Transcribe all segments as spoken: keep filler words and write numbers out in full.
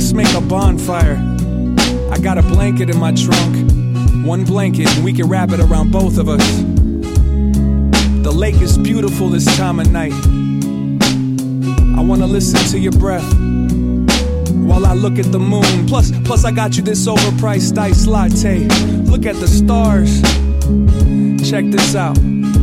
let's make a bonfire. I got a blanket in my trunk. One blanket and we can wrap it around both of us. The lake is beautiful this time of night. I wanna listen to your breath while I look at the moon. Plus, plus I got you this overpriced iced latte. Look at the stars. Check this out.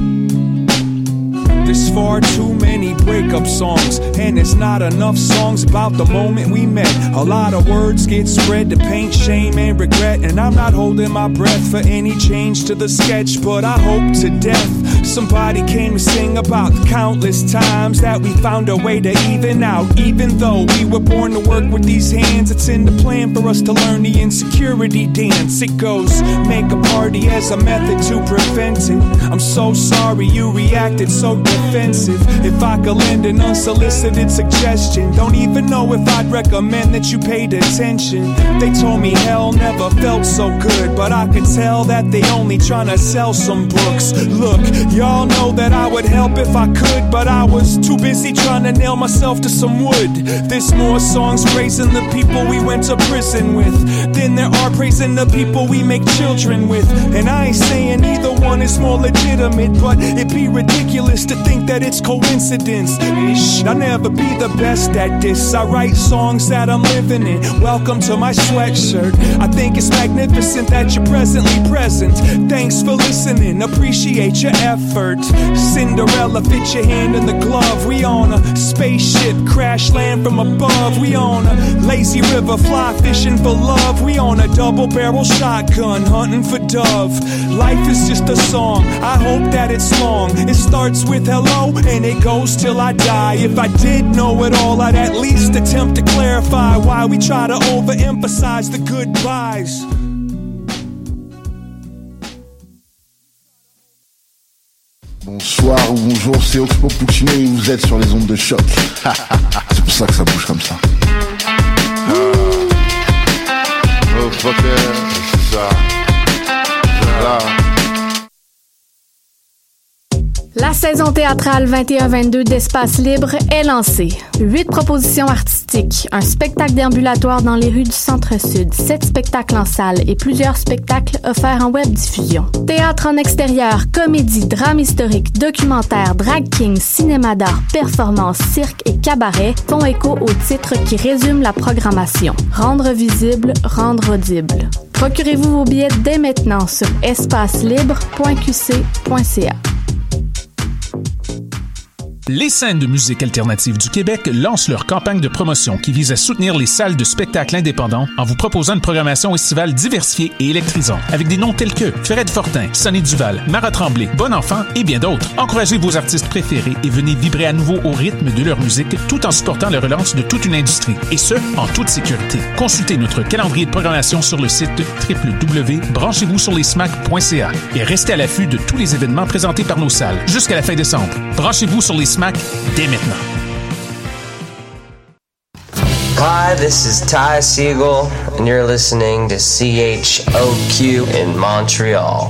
There's far too many breakup songs, and there's not enough songs about the moment we met. A lot of words get spread to paint shame and regret, and I'm not holding my breath for any change to the sketch, but I hope to death somebody came to sing about the countless times that we found a way to even out. Even though we were born to work with these hands, it's in the plan for us to learn the insecurity dance. It goes, make a party as a method to prevent it. I'm so sorry you reacted so defensive. If I could lend an unsolicited suggestion, don't even know if I'd recommend that you paid attention. They told me hell never felt so good, but I could tell that they only tryna sell some books. Look, y'all know that I would help if I could, but I was too busy trying to nail myself to some wood. There's more songs praising the people we went to prison with than there are praising the people we make children with. And I ain't saying either one is more legitimate, but it'd be ridiculous to think that it's coincidence. Ish, I'll never be the best at this. I write songs that I'm living in. Welcome to my sweatshirt. I think it's magnificent that you're presently present. Thanks for listening, appreciate your effort. Cinderella, fit your hand in the glove. We on a spaceship, crash land from above. We on a lazy river, fly fishing for love. We on a double barrel shotgun, hunting for dove. Life is just a song, I hope that it's long. It starts with hello and it goes till I die. If I did know it all, I'd at least attempt to clarify why we try to overemphasize the goodbyes. Bonsoir ou bonjour, c'est Oxpo Puccino et vous êtes sur les ondes de choc. C'est pour ça que ça bouge comme ça. Ah. Oh fucker, c'est ça. C'est là. La saison théâtrale vingt et un vingt-deux d'Espace Libre est lancée. Huit propositions artistiques, un spectacle déambulatoire dans les rues du Centre-Sud, sept spectacles en salle et plusieurs spectacles offerts en web diffusion. Théâtre en extérieur, comédie, drame historique, documentaire, drag king, cinéma d'art, performance, cirque et cabaret font écho aux titres qui résument la programmation. Rendre visible, rendre audible. Procurez-vous vos billets dès maintenant sur espace libre point q c point c a. Les scènes de musique alternative du Québec lancent leur campagne de promotion qui vise à soutenir les salles de spectacles indépendants en vous proposant une programmation estivale diversifiée et électrisante avec des noms tels que Fred Fortin, Sonny Duval, Mara Tremblay, Bon Enfant et bien d'autres. Encouragez vos artistes préférés et venez vibrer à nouveau au rythme de leur musique tout en supportant la relance de toute une industrie et ce, en toute sécurité. Consultez notre calendrier de programmation sur le site w w w point branchez vous sur les smack point c a et restez à l'affût de tous les événements présentés par nos salles jusqu'à la fin décembre. Branchez-vous sur les Smack dès maintenant. Hi, this is Ty Siegel, and you're listening to C H O Q in Montreal.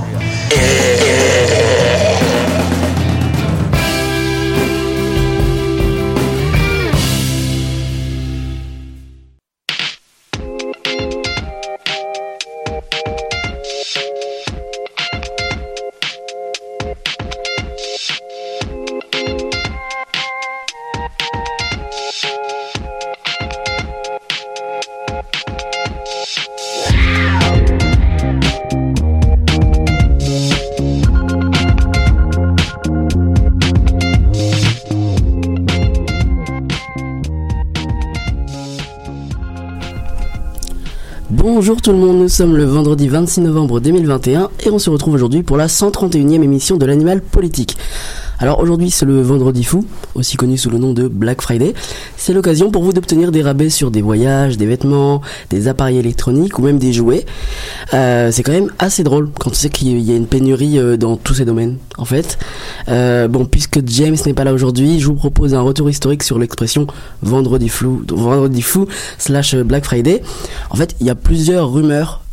Bonjour tout le monde, nous sommes le vendredi vingt-six novembre deux mille vingt et un et on se retrouve aujourd'hui pour la cent trente et unième émission de l'Animal Politique. Alors aujourd'hui c'est le Vendredi Fou, aussi connu sous le nom de Black Friday. C'est l'occasion pour vous d'obtenir des rabais sur des voyages, des vêtements, des appareils électroniques ou même des jouets. Euh, c'est quand même assez drôle quand on sait qu'il y a une pénurie euh, dans tous ces domaines en fait. Euh, bon, puisque James n'est pas là aujourd'hui, je vous propose un retour historique sur l'expression Vendredi Fou, Vendredi Fou slash Black Friday. En fait, il y a plusieurs rumeurs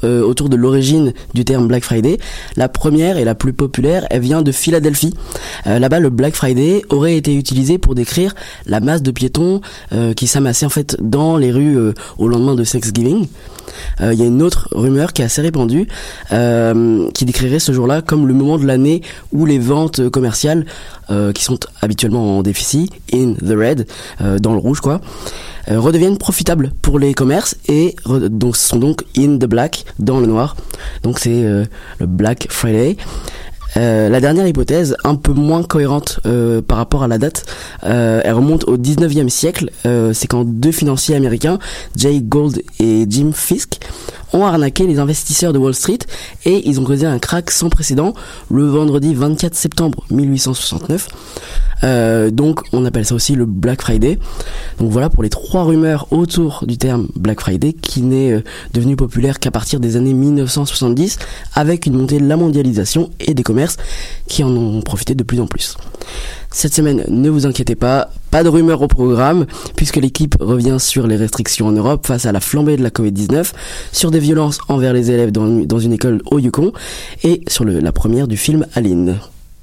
euh, autour de l'origine du terme Black Friday. La première et la plus populaire, elle vient de Philadelphie. Euh, là-bas, le Black Friday aurait été utilisé pour décrire la masse de piétons euh, qui s'amassaient en fait dans les rues euh, au lendemain de Thanksgiving. Il euh, y a une autre rumeur qui est assez répandue euh, qui décrirait ce jour-là comme le moment de l'année où les ventes commerciales euh, qui sont habituellement en déficit, in the red, euh, dans le rouge quoi, euh, redeviennent profitables pour les commerces et re- donc sont donc in the black, dans le noir. Donc c'est euh, le Black Friday. Euh, la dernière hypothèse, un peu moins cohérente euh, par rapport à la date, euh, elle remonte au dix-neuvième siècle. Euh, c'est quand deux financiers américains, Jay Gould et Jim Fisk, ont arnaqué les investisseurs de Wall Street et ils ont causé un krach sans précédent le vendredi vingt-quatre septembre mille huit cent soixante-neuf. Euh, donc on appelle ça aussi le Black Friday. Donc voilà pour les trois rumeurs autour du terme Black Friday qui n'est euh, devenu populaire qu'à partir des années mille neuf cent soixante-dix avec une montée de la mondialisation et des commerces qui en ont profité de plus en plus. Cette semaine, ne vous inquiétez pas, pas de rumeurs au programme puisque l'équipe revient sur les restrictions en Europe face à la flambée de la covid dix-neuf, sur des violences envers les élèves dans, dans une école au Yukon et sur le, la première du film Aline.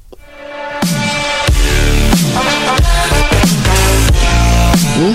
Mmh.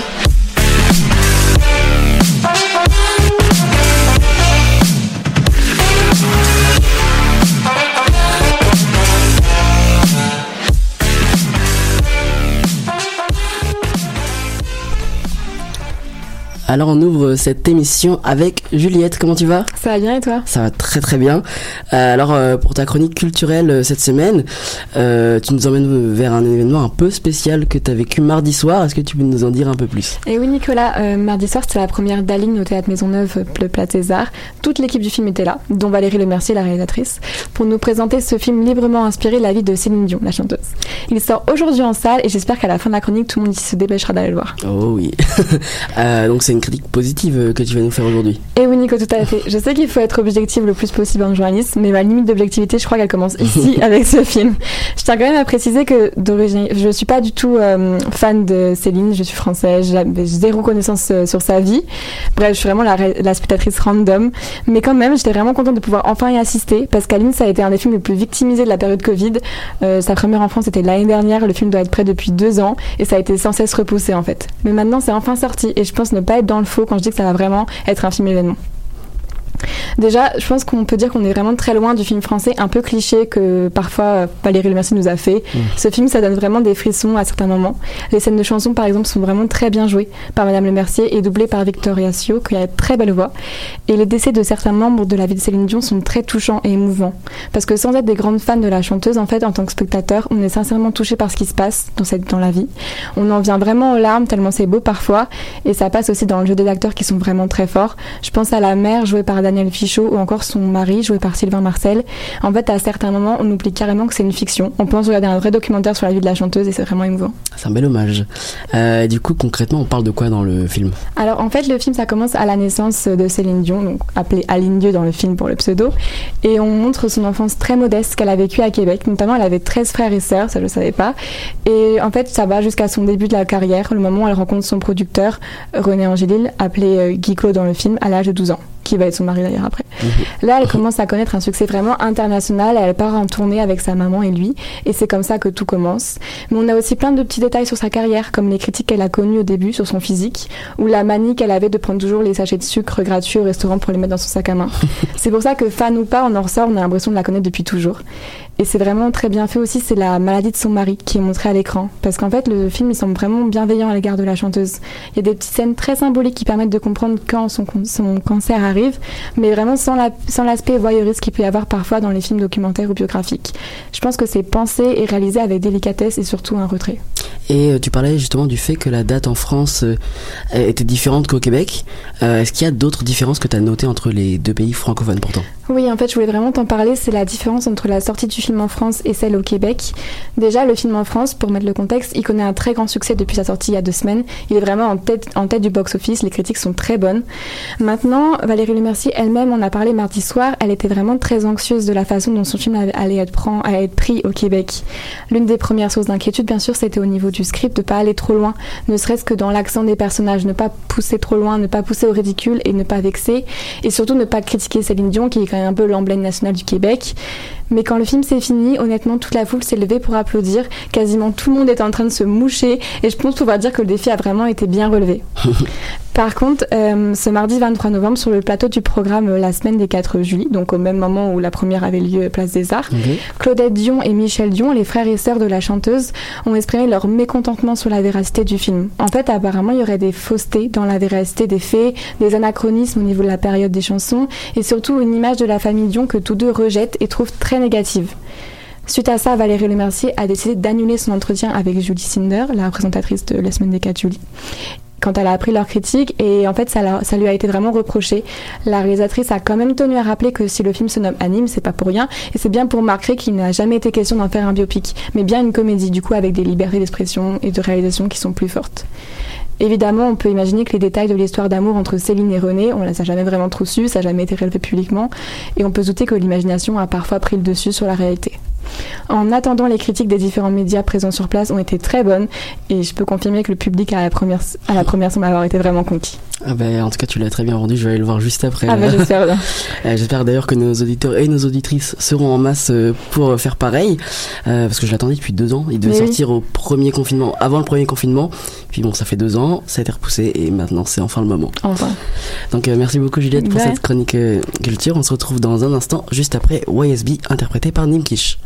Alors on ouvre cette émission avec Juliette, comment tu vas ? Ça va bien et toi ? Ça va très très bien. Euh, alors euh, pour ta chronique culturelle euh, cette semaine, euh, tu nous emmènes vers un événement un peu spécial que tu as vécu mardi soir. Est-ce que tu peux nous en dire un peu plus ? Et oui Nicolas, euh, mardi soir c'était la première d'Aline au Théâtre Maisonneuve, le Plat César. Toute l'équipe du film était là, dont Valérie Lemercier, la réalisatrice, pour nous présenter ce film librement inspiré de la vie de Céline Dion, la chanteuse. Il sort aujourd'hui en salle et j'espère qu'à la fin de la chronique, tout le monde se dépêchera d'aller le voir. Oh oui. euh, donc c'est une critique positive que tu vas nous faire aujourd'hui. Et oui Nico, tout à fait. Je sais qu'il faut être objectif le plus possible en journalisme, mais ma limite d'objectivité, je crois qu'elle commence ici avec ce film. Je tiens quand même à préciser que d'origine, je suis pas du tout euh, fan de Céline, je suis française, j'ai zéro connaissance euh, sur sa vie. Bref, je suis vraiment la, la spectatrice random, mais quand même, j'étais vraiment contente de pouvoir enfin y assister, parce qu'Aline, ça a été un des films les plus victimisés de la période Covid. Euh, sa première en France était l'année dernière, le film doit être prêt depuis deux ans, et ça a été sans cesse repoussé en fait. Mais maintenant, c'est enfin sorti, et je pense ne pas être dans le faux quand je dis que ça va vraiment être un film événement. Déjà, je pense qu'on peut dire qu'on est vraiment très loin du film français un peu cliché que parfois Valérie Lemercier nous a fait. Mmh. Ce film, ça donne vraiment des frissons à certains moments. Les scènes de chansons, par exemple, sont vraiment très bien jouées par Madame Lemercier et doublées par Victoria Sio, qui a une très belle voix. Et les décès de certains membres de la vie de Céline Dion sont très touchants et émouvants. Parce que sans être des grandes fans de la chanteuse, en fait, en tant que spectateur, on est sincèrement touché par ce qui se passe dans, cette, dans la vie. On en vient vraiment aux larmes, tellement c'est beau parfois. Et ça passe aussi dans le jeu des acteurs qui sont vraiment très forts. Je pense à la mère, jouée par Daniel Fichot, ou encore son mari, joué par Sylvain Marcel. En fait, à certains moments, on oublie carrément que c'est une fiction. On pense regarder un vrai documentaire sur la vie de la chanteuse et c'est vraiment émouvant. C'est un bel hommage. Euh, du coup, concrètement, on parle de quoi dans le film ? Alors, en fait, le film, ça commence à la naissance de Céline Dion, donc appelée Aline Dieu dans le film pour le pseudo. Et on montre son enfance très modeste qu'elle a vécue à Québec. Notamment, elle avait treize frères et sœurs, ça je ne savais pas. Et en fait, ça va jusqu'à son début de la carrière, le moment où elle rencontre son producteur, René Angélil, appelé Guy-Claude dans le film, à l'âge de douze ans. Qui va être son mari d'ailleurs après. Mmh. Là, elle commence à connaître un succès vraiment international. Elle part en tournée avec sa maman et lui. Et c'est comme ça que tout commence. Mais on a aussi plein de petits détails sur sa carrière, comme les critiques qu'elle a connues au début sur son physique, ou la manie qu'elle avait de prendre toujours les sachets de sucre gratuits au restaurant pour les mettre dans son sac à main. C'est pour ça que fan ou pas, on en ressort, on a l'impression de la connaître depuis toujours. Et c'est vraiment très bien fait aussi, c'est la maladie de son mari qui est montrée à l'écran. Parce qu'en fait, le film, il semble vraiment bienveillant à l'égard de la chanteuse. Il y a des petites scènes très symboliques qui permettent de comprendre quand son, son cancer arrive, mais vraiment sans, la, sans l'aspect voyeuriste qu'il peut y avoir parfois dans les films documentaires ou biographiques. Je pense que c'est pensé et réalisé avec délicatesse et surtout un retrait. Et euh, tu parlais justement du fait que la date en France euh, était différente qu'au Québec. Euh, est-ce qu'il y a d'autres différences que tu as notées entre les deux pays francophones pourtant ? Oui, en fait, je voulais vraiment t'en parler. C'est la différence entre la sortie du film en France et celle au Québec. Déjà, le film en France, pour mettre le contexte, il connaît un très grand succès depuis sa sortie il y a deux semaines. Il est vraiment en tête, en tête du box-office. Les critiques sont très bonnes. Maintenant, Valérie Lemercier elle-même en a parlé mardi soir. Elle était vraiment très anxieuse de la façon dont son film allait être, prend, allait être pris au Québec. L'une des premières sources d'inquiétude, bien sûr, c'était au niveau du du script de pas aller trop loin, ne serait-ce que dans l'accent des personnages, ne pas pousser trop loin, ne pas pousser au ridicule et ne pas vexer, et surtout ne pas critiquer Céline Dion qui est quand même un peu l'emblème national du Québec. Mais quand le film s'est fini, honnêtement, toute la foule s'est levée pour applaudir. Quasiment tout le monde était en train de se moucher et je pense pouvoir dire que le défi a vraiment été bien relevé. Par contre, euh, ce mardi vingt-trois novembre, sur le plateau du programme La Semaine des quatre juillet, donc au même moment où la première avait lieu Place des Arts, okay. Claudette Dion et Michel Dion, les frères et sœurs de la chanteuse, ont exprimé leur mécontentement sur la véracité du film. En fait, apparemment, il y aurait des faussetés dans la véracité des faits, des anachronismes au niveau de la période des chansons et surtout une image de la famille Dion que tous deux rejettent et trouvent très négative. Suite à ça, Valérie Lemercier a décidé d'annuler son entretien avec Julie Cinder, la présentatrice de La Semaine des quatre juillet, quand elle a appris leurs critiques, et en fait ça, la, ça lui a été vraiment reproché. La réalisatrice a quand même tenu à rappeler que si le film se nomme Anime, c'est pas pour rien, et c'est bien pour marquer qu'il n'a jamais été question d'en faire un biopic, mais bien une comédie, du coup avec des libertés d'expression et de réalisation qui sont plus fortes. Évidemment, on peut imaginer que les détails de l'histoire d'amour entre Céline et René, on ne les a jamais vraiment trop su, ça n'a jamais été relevé publiquement, et on peut se douter que l'imagination a parfois pris le dessus sur la réalité. En attendant, les critiques des différents médias présents sur place ont été très bonnes, et je peux confirmer que le public à la première, à la première semble avoir été vraiment conquis. Ah bah, en tout cas, tu l'as très bien rendu, je vais aller le voir juste après. Ah bah, j'espère bien. euh, j'espère d'ailleurs que nos auditeurs et nos auditrices seront en masse pour faire pareil, euh, parce que je l'attendais depuis deux ans. Il devait Mais sortir oui. au premier confinement, avant le premier confinement. Puis bon, ça fait deux ans, ça a été repoussé et maintenant c'est enfin le moment. Enfin. Donc euh, merci beaucoup Juliette pour ouais. cette chronique euh, culture. On se retrouve dans un instant, juste après Y S B, interprété par Nimkish.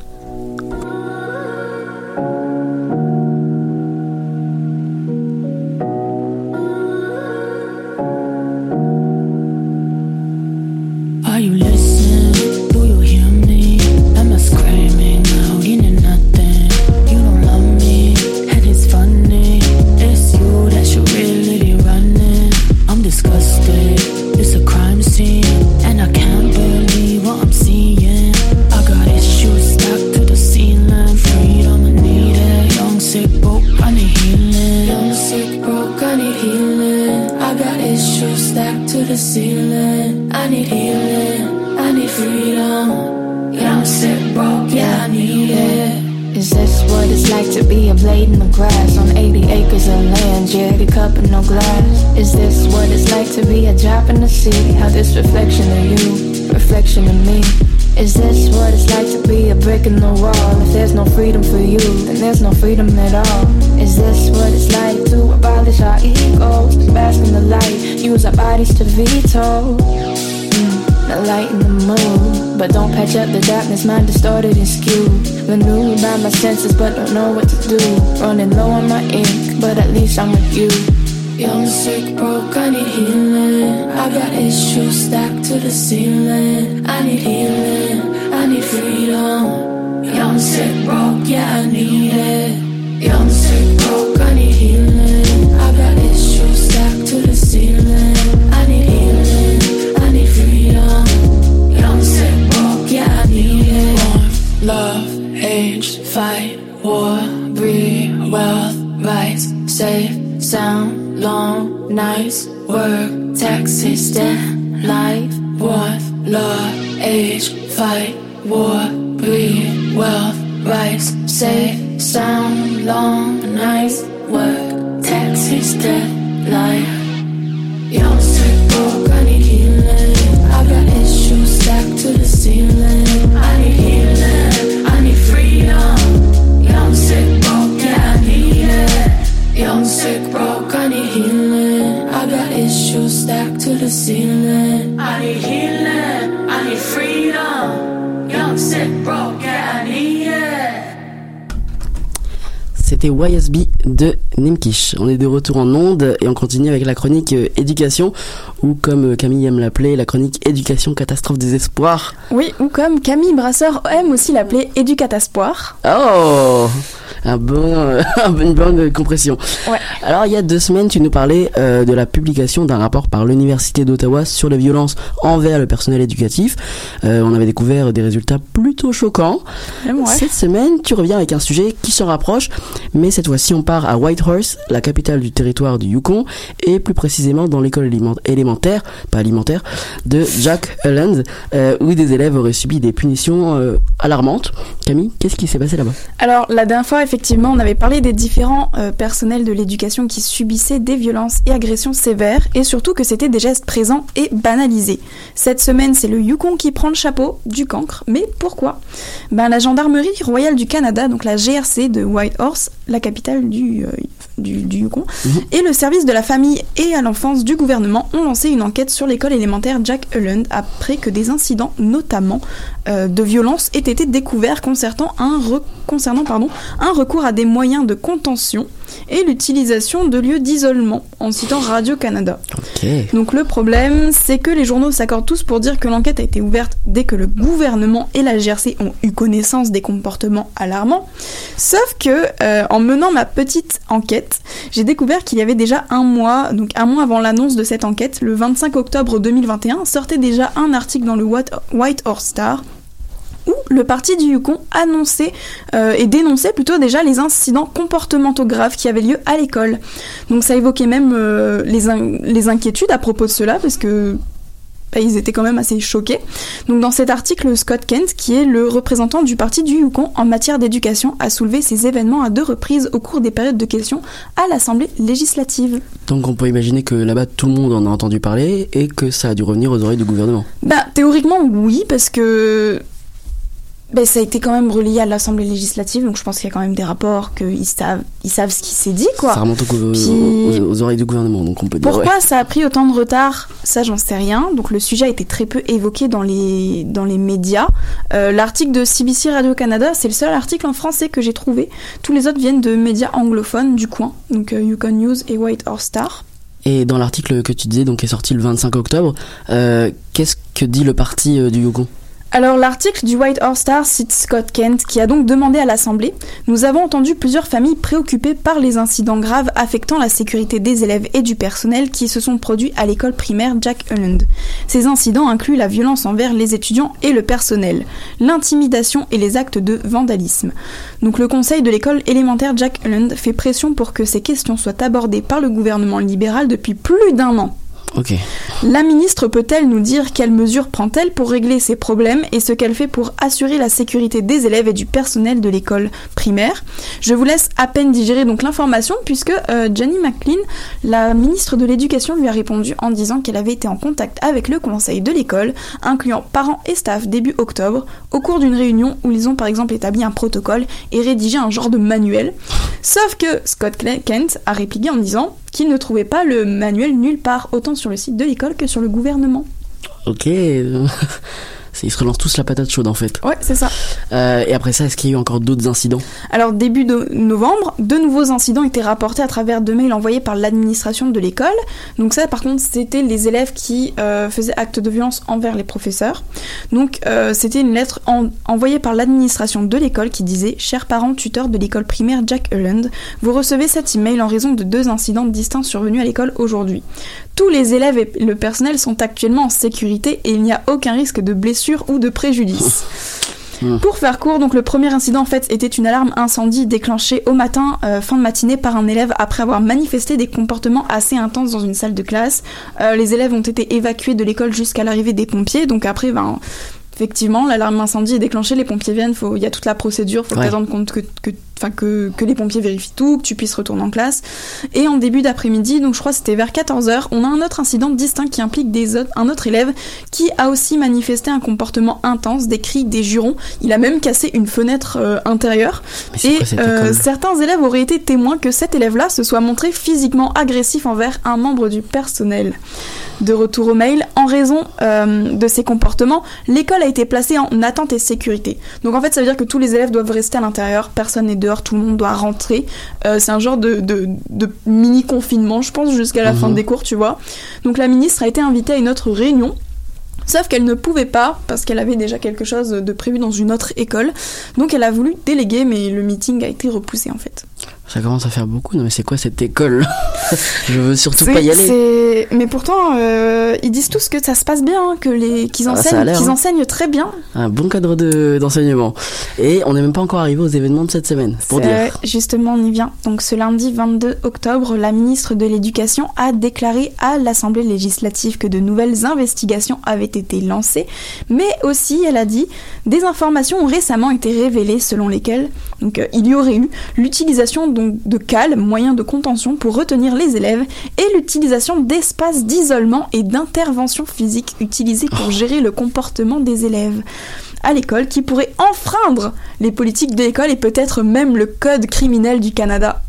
Reflection of you, reflection of me. Is this what it's like to be a brick in the wall? If there's no freedom for you, then there's no freedom at all. Is this what it's like to abolish our egos, to bask in the light, use our bodies to veto? Mm, the light in the mood, but don't patch up the darkness, mind distorted and skewed. Maneuvered by my senses, but don't know what to do. Running low on my ink, but at least I'm with you. Young, sick, broke, I need healing. I got issues stacked to the ceiling. I need healing, I need freedom. Young, sick, broke, yeah, I need it. Young, sick, broke, I need healing. I got issues stacked to the ceiling. I need healing, I need freedom. Young, sick, broke, yeah, I need it. Born, love, age, fight, war, breed, wealth, rights, safe, sound. Long nights, work, taxes, death, life, worth, law, age, fight, war, breed, wealth, rights, safe, sound, long nights, work, taxes, death, life. Young, sick, broke, I need healing. I got issues stacked to the ceiling. I need healing, I need freedom. Young, sick, broke, yeah, I need it. Young, sick, broke, I need healing. I got issues stacked to the ceiling. I need healing, I need freedom. Young, sick, broke, yeah, I need it. C'était Y S B de Nimkish. On est de retour en ondes et on continue avec la chronique euh, éducation, ou comme Camille aime l'appeler, la chronique éducation catastrophe désespoir. Oui, ou comme Camille Brasseur aime aussi l'appeler éducataspoir. Oh, un bon, euh, une bonne compression. Ouais. Alors, il y a deux semaines, tu nous parlais euh, de la publication d'un rapport par l'Université d'Ottawa sur les violences envers le personnel éducatif. Euh, on avait découvert des résultats plutôt choquants. Même ouais. Cette semaine, tu reviens avec un sujet qui s'en rapproche, mais cette fois-ci on part à Whitehorse, la capitale du territoire du Yukon, et plus précisément dans l'école élémentaire, pas alimentaire, de Jack Holland, euh, où des élèves auraient subi des punitions euh, alarmantes. Camille, qu'est-ce qui s'est passé là-bas ? Alors, la dernière fois, effectivement, on avait parlé des différents euh, personnels de l'éducation qui subissaient des violences et agressions sévères, et surtout que c'était des gestes présents et banalisés. Cette semaine, c'est le Yukon qui prend le chapeau du cancre. Mais pourquoi ? Ben, la gendarmerie royale du Canada, donc la G R C de Whitehorse, la capitale du, euh, du, du Yukon, mmh. et le service de la famille et à l'enfance du gouvernement ont lancé une enquête sur l'école élémentaire Jack Holland après que des incidents, notamment euh, de violence, aient été découverts concernant un, re- concernant, pardon, un recours à des moyens de contention et l'utilisation de lieux d'isolement, en citant Radio-Canada. Okay. Donc le problème, c'est que les journaux s'accordent tous pour dire que l'enquête a été ouverte dès que le gouvernement et la G R C ont eu connaissance des comportements alarmants. Sauf que, euh, en menant ma petite enquête, j'ai découvert qu'il y avait déjà un mois, donc un mois avant l'annonce de cette enquête, le vingt-cinq octobre deux mille vingt et un, sortait déjà un article dans le Whitehorse Star, où le parti du Yukon annonçait euh, et dénonçait plutôt déjà les incidents comportementaux graves qui avaient lieu à l'école. Donc ça évoquait même euh, les, in- les inquiétudes à propos de cela, parce que bah, ils étaient quand même assez choqués. Donc dans cet article, Scott Kent, qui est le représentant du parti du Yukon en matière d'éducation, a soulevé ces événements à deux reprises au cours des périodes de questions à l'Assemblée législative. Donc on peut imaginer que là-bas tout le monde en a entendu parler et que ça a dû revenir aux oreilles du gouvernement. Bah théoriquement oui, parce que ben, ça a été quand même relayé à l'Assemblée législative, donc je pense qu'il y a quand même des rapports qu'ils savent, ils savent ce qui s'est dit, quoi. Ça remonte aux, Puis, aux, aux oreilles du gouvernement, donc on peut dire. Pourquoi ouais. ça a pris autant de retard ? Ça, j'en sais rien. Donc le sujet a été très peu évoqué dans les, dans les médias. Euh, l'article de C B C Radio-Canada, c'est le seul article en français que j'ai trouvé. Tous les autres viennent de médias anglophones du coin, donc euh, Yukon News et Whitehorse Star. Et dans l'article que tu disais, donc qui est sorti le vingt-cinq octobre, euh, qu'est-ce que dit le parti euh, du Yukon ? Alors l'article du Whitehorse Star cite Scott Kent qui a donc demandé à l'Assemblée « Nous avons entendu plusieurs familles préoccupées par les incidents graves affectant la sécurité des élèves et du personnel qui se sont produits à l'école primaire Jack Holland. Ces incidents incluent la violence envers les étudiants et le personnel, l'intimidation et les actes de vandalisme. » Donc le conseil de l'école élémentaire Jack Holland fait pression pour que ces questions soient abordées par le gouvernement libéral depuis plus d'un an. Okay. La ministre peut-elle nous dire quelles mesures prend-elle pour régler ces problèmes et ce qu'elle fait pour assurer la sécurité des élèves et du personnel de l'école primaire ? Je vous laisse à peine digérer donc l'information puisque euh, Jenny McLean, la ministre de l'Éducation, lui a répondu en disant qu'elle avait été en contact avec le conseil de l'école, incluant parents et staff début octobre, au cours d'une réunion où ils ont par exemple établi un protocole et rédigé un genre de manuel. Sauf que Scott Kent a répliqué en disant qu'il ne trouvait pas le manuel nulle part, autant sur le site de l'école que sur le gouvernement. Ok, ils se relancent tous la patate chaude en fait. Ouais, c'est ça. Euh, et après ça, est-ce qu'il y a eu encore d'autres incidents ? Alors début de novembre, de nouveaux incidents étaient rapportés à travers de mails envoyés par l'administration de l'école. Donc ça, par contre, c'était les élèves qui euh, faisaient acte de violence envers les professeurs. Donc euh, c'était une lettre en- envoyée par l'administration de l'école qui disait « Chers parents tuteurs de l'école primaire Jack Holland, vous recevez cet email en raison de deux incidents distincts survenus à l'école aujourd'hui. Tous les élèves et le personnel sont actuellement en sécurité et il n'y a aucun risque de blessure ou de préjudice. » Pour faire court, donc le premier incident en fait était une alarme incendie déclenchée au matin, euh, fin de matinée, par un élève après avoir manifesté des comportements assez intenses dans une salle de classe. Euh, les élèves ont été évacués de l'école jusqu'à l'arrivée des pompiers, donc après, ben... Effectivement, l'alarme incendie est déclenchée, les pompiers viennent, faut, il y a toute la procédure, faut ouais. te rendre compte que, que, que, que les pompiers vérifient tout, que tu puisses retourner en classe. Et en début d'après-midi, donc je crois que c'était vers quatorze heures, on a un autre incident distinct qui implique des autres, un autre élève qui a aussi manifesté un comportement intense, des cris, des jurons. Il a même cassé une fenêtre euh, intérieure. Et quoi, euh, certains élèves auraient été témoins que cet élève-là se soit montré physiquement agressif envers un membre du personnel. De retour au mail, en raison euh, de ces comportements, l'école a été placée en attente et sécurité. Donc en fait, ça veut dire que tous les élèves doivent rester à l'intérieur, personne n'est dehors, tout le monde doit rentrer. Euh, c'est un genre de, de, de mini-confinement, je pense, jusqu'à la mmh. fin des cours, tu vois. Donc la ministre a été invitée à une autre réunion, sauf qu'elle ne pouvait pas, parce qu'elle avait déjà quelque chose de prévu dans une autre école. Donc elle a voulu déléguer, mais le meeting a été repoussé en fait. Ça commence à faire beaucoup. Non mais c'est quoi cette école? Je veux surtout c'est, pas y aller. C'est... Mais pourtant, euh, ils disent tous que ça se passe bien, hein, que les... qu'ils, enseignent, ah, qu'ils hein. enseignent très bien. Un bon cadre de... d'enseignement. Et on n'est même pas encore arrivé aux événements de cette semaine, pour c'est... dire. Euh, justement, on y vient. Donc ce lundi vingt-deux octobre, la ministre de l'Éducation a déclaré à l'Assemblée législative que de nouvelles investigations avaient été lancées, mais aussi, elle a dit, des informations ont récemment été révélées selon lesquelles donc, euh, il y aurait eu l'utilisation donc, de cales, moyens de contention pour retenir les élèves, et l'utilisation d'espaces d'isolement et d'intervention physique utilisés pour gérer le comportement des élèves à l'école, qui pourraient enfreindre les politiques de l'école et peut-être même le code criminel du Canada.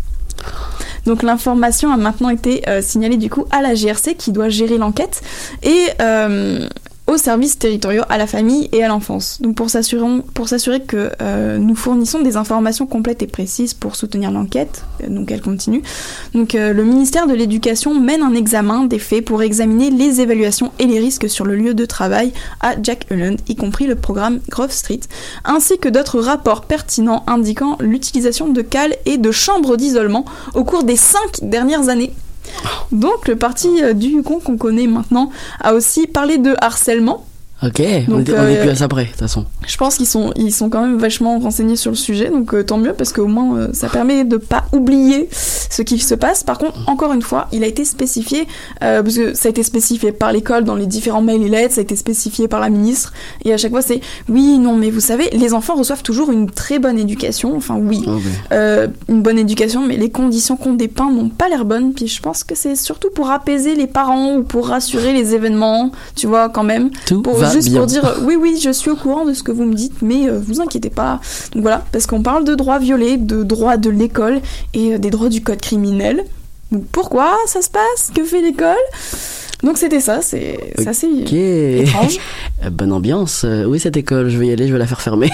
Donc l'information a maintenant été euh, signalée du coup à la G R C qui doit gérer l'enquête et euh, aux services territoriaux, à la famille et à l'enfance. Donc pour s'assurer, pour s'assurer que euh, nous fournissons des informations complètes et précises pour soutenir l'enquête, donc elle continue. Donc euh, le ministère de l'Éducation mène un examen des faits pour examiner les évaluations et les risques sur le lieu de travail à Jack Ulland, y compris le programme Grove Street, ainsi que d'autres rapports pertinents indiquant l'utilisation de cales et de chambres d'isolement au cours des cinq dernières années. Donc le parti euh, du Yukon qu'on connaît maintenant a aussi parlé de harcèlement. Ok, donc, on, était, euh, on est plus à ça près, de toute façon. Je pense qu'ils sont, ils sont quand même vachement renseignés sur le sujet, donc euh, tant mieux, parce qu'au moins euh, ça permet de pas oublier ce qui se passe. Par contre, encore une fois, il a été spécifié, euh, parce que ça a été spécifié par l'école dans les différents mails et lettres, ça a été spécifié par la ministre, et à chaque fois c'est oui, non, mais vous savez, les enfants reçoivent toujours une très bonne éducation, enfin oui, okay. euh, une bonne éducation, mais les conditions qu'on dépeint n'ont pas l'air bonnes, puis je pense que c'est surtout pour apaiser les parents ou pour rassurer les événements, tu vois, quand même. Tout pour, va juste bien. Pour dire oui, oui, je suis au courant de ce que vous me dites, mais euh, vous inquiétez pas. Donc voilà, parce qu'on parle de droits violés, de droits de l'école et euh, des droits du code criminel. Donc pourquoi ça se passe? Que fait l'école? Donc c'était ça, c'est, c'est assez okay. étrange. Bonne ambiance. Euh, oui, cette école, je vais y aller, je vais la faire fermer.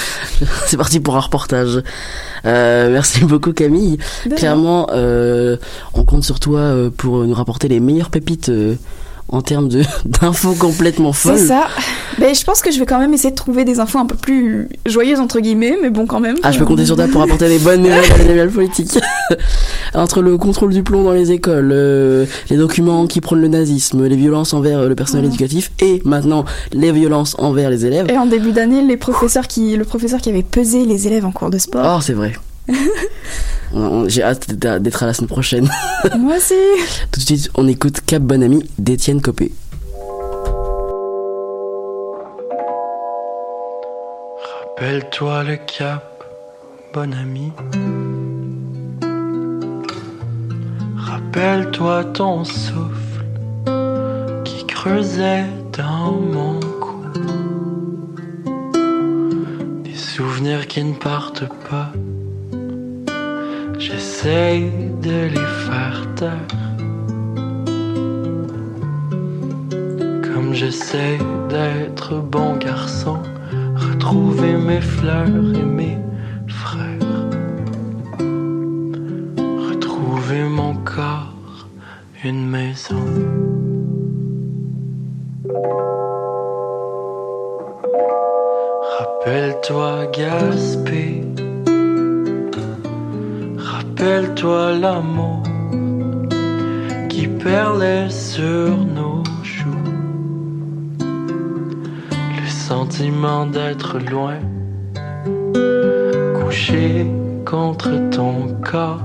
C'est parti pour un reportage. Euh, merci beaucoup Camille. De Clairement, euh, on compte sur toi euh, pour nous rapporter les meilleures pépites euh, en termes de, d'infos complètement folles. C'est ça. Mais je pense que je vais quand même essayer de trouver des infos un peu plus joyeuses, entre guillemets, mais bon, quand même. Ah, je peux compter sur toi pour apporter les bonnes nouvelles à l'animal politique. Entre le contrôle du plomb dans les écoles, euh, les documents qui prônent le nazisme, les violences envers le personnel mmh. éducatif et maintenant les violences envers les élèves. Et en début d'année, les professeurs qui, le professeur qui avait pesé les élèves en cours de sport. Oh, c'est vrai. J'ai hâte d'être à la semaine prochaine. Moi aussi. Tout de suite, on écoute Cap Bon Ami d'Étienne Copé. Rappelle-toi le cap, bon ami. Rappelle-toi ton souffle qui creusait dans mon cou. Des souvenirs qui ne partent pas. J'essaye de les faire taire. Comme j'essaie d'être bon garçon, retrouver mes fleurs et mes frères. Retrouver mon corps, une maison. Rappelle-toi Gaspé. Rappelle-toi l'amour qui perlait sur nos joues. Le sentiment d'être loin, couché contre ton corps.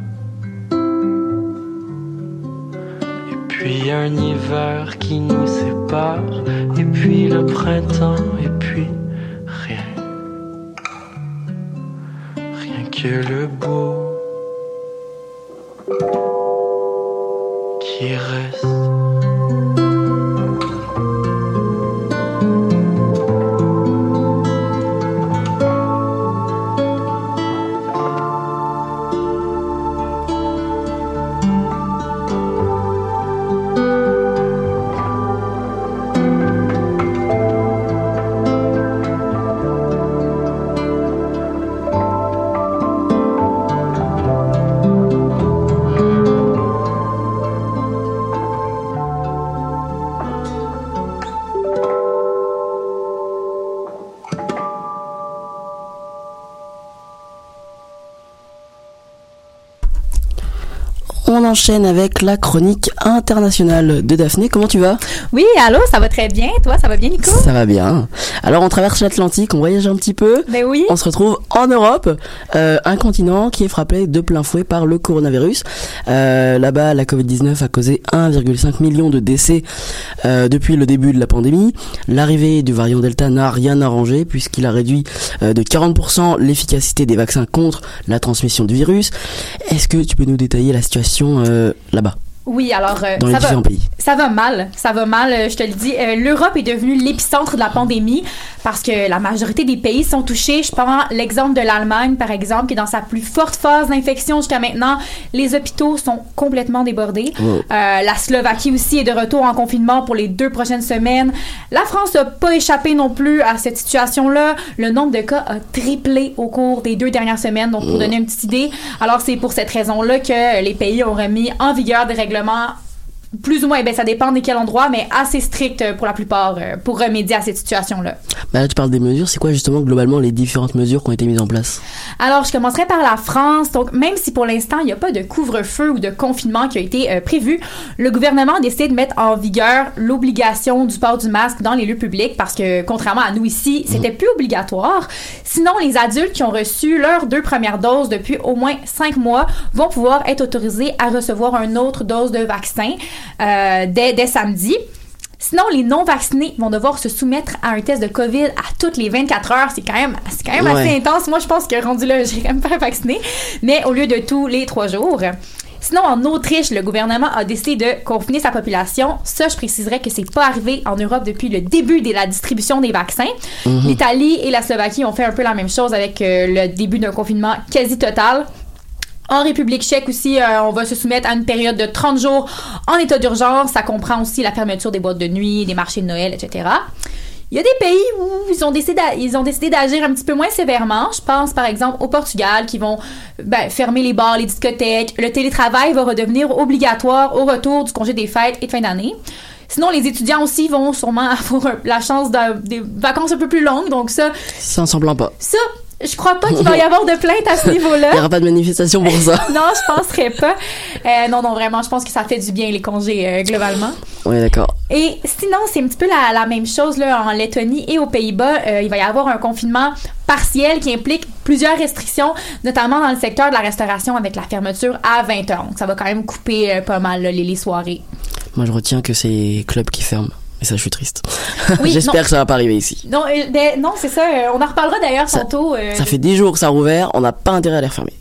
Et puis un hiver qui nous sépare, et puis le printemps, et puis rien. Rien que le beau qui reste. enchaîne avec la chronique internationale de Daphné. Comment tu vas? Oui, allô, ça va très bien. Toi, ça va bien, Nico? Ça va bien. Alors, on traverse l'Atlantique, on voyage un petit peu. Ben oui. On se retrouve en Europe, euh, un continent qui est frappé de plein fouet par le coronavirus. Euh, là-bas, la covid dix-neuf a causé un virgule cinq million de décès euh, depuis le début de la pandémie. L'arrivée du variant Delta n'a rien arrangé puisqu'il a réduit euh, de quarante pour cent l'efficacité des vaccins contre la transmission du virus. Est-ce que tu peux nous détailler la situation euh, là-bas? Oui, alors euh, dans les ça différents va, pays. Ça va mal, ça va mal, euh, je te le dis. Euh, L'Europe est devenue l'épicentre de la pandémie parce que la majorité des pays sont touchés. Je prends l'exemple de l'Allemagne, par exemple, qui est dans sa plus forte phase d'infection jusqu'à maintenant. Les hôpitaux sont complètement débordés. Oh. Euh, la Slovaquie aussi est de retour en confinement pour les deux prochaines semaines. La France n'a pas échappé non plus à cette situation-là. Le nombre de cas a triplé au cours des deux dernières semaines. Donc, pour oh. donner une petite idée, alors c'est pour cette raison-là que les pays ont remis en vigueur des règlements plus ou moins, ben ça dépend de quel endroit, mais assez strict pour la plupart euh, pour remédier à cette situation-là. Bah là, tu parles des mesures, c'est quoi justement globalement les différentes mesures qui ont été mises en place? Alors, je commencerai par la France. Donc, même si pour l'instant, il n'y a pas de couvre-feu ou de confinement qui a été euh, prévu, le gouvernement a décidé de mettre en vigueur l'obligation du port du masque dans les lieux publics parce que, contrairement à nous ici, c'était mmh. plus obligatoire. Sinon, les adultes qui ont reçu leurs deux premières doses depuis au moins cinq mois vont pouvoir être autorisés à recevoir une autre dose de vaccin euh, dès, dès samedi. Sinon, les non-vaccinés vont devoir se soumettre à un test de COVID à toutes les vingt-quatre heures. C'est quand même, c'est quand même ouais. assez intense. Moi, je pense que rendu là, j'irai me faire vacciner, mais au lieu de tous les trois jours. Sinon, en Autriche, le gouvernement a décidé de confiner sa population. Ça, je préciserais que c'est pas arrivé en Europe depuis le début de la distribution des vaccins. Mm-hmm. L'Italie et la Slovaquie ont fait un peu la même chose avec euh, le début d'un confinement quasi total. En République tchèque aussi, euh, on va se soumettre à une période de trente jours en état d'urgence. Ça comprend aussi la fermeture des boîtes de nuit, des marchés de Noël, et cetera. Il y a des pays où ils ont décidé, ils ont décidé d'agir un petit peu moins sévèrement. Je pense par exemple au Portugal qui vont ben, fermer les bars, les discothèques. Le télétravail va redevenir obligatoire au retour du congé des fêtes et de fin d'année. Sinon, les étudiants aussi vont sûrement avoir la chance de des vacances un peu plus longues. Donc ça... Ça ne semble pas. Ça... Je crois pas qu'il va y avoir de plainte à ce niveau-là. Il n'y aura pas de manifestation pour ça. Non, je penserais pas. Euh, non, non, vraiment, je pense que ça fait du bien les congés euh, globalement. Oui, d'accord. Et sinon, c'est un petit peu la, la même chose là en Lettonie et aux Pays-Bas. Euh, il va y avoir un confinement partiel qui implique plusieurs restrictions, notamment dans le secteur de la restauration avec la fermeture à vingt heures. Donc, ça va quand même couper euh, pas mal là, les, les soirées. Moi, je retiens que c'est les clubs qui ferment. Et ça, je suis triste. Oui, J'espère non. que ça va pas arriver ici. Non, euh, ben, non, c'est ça. Euh, on en reparlera d'ailleurs ça, tantôt. Euh... Ça fait dix jours que ça a rouvert. On n'a pas intérêt à les refermer.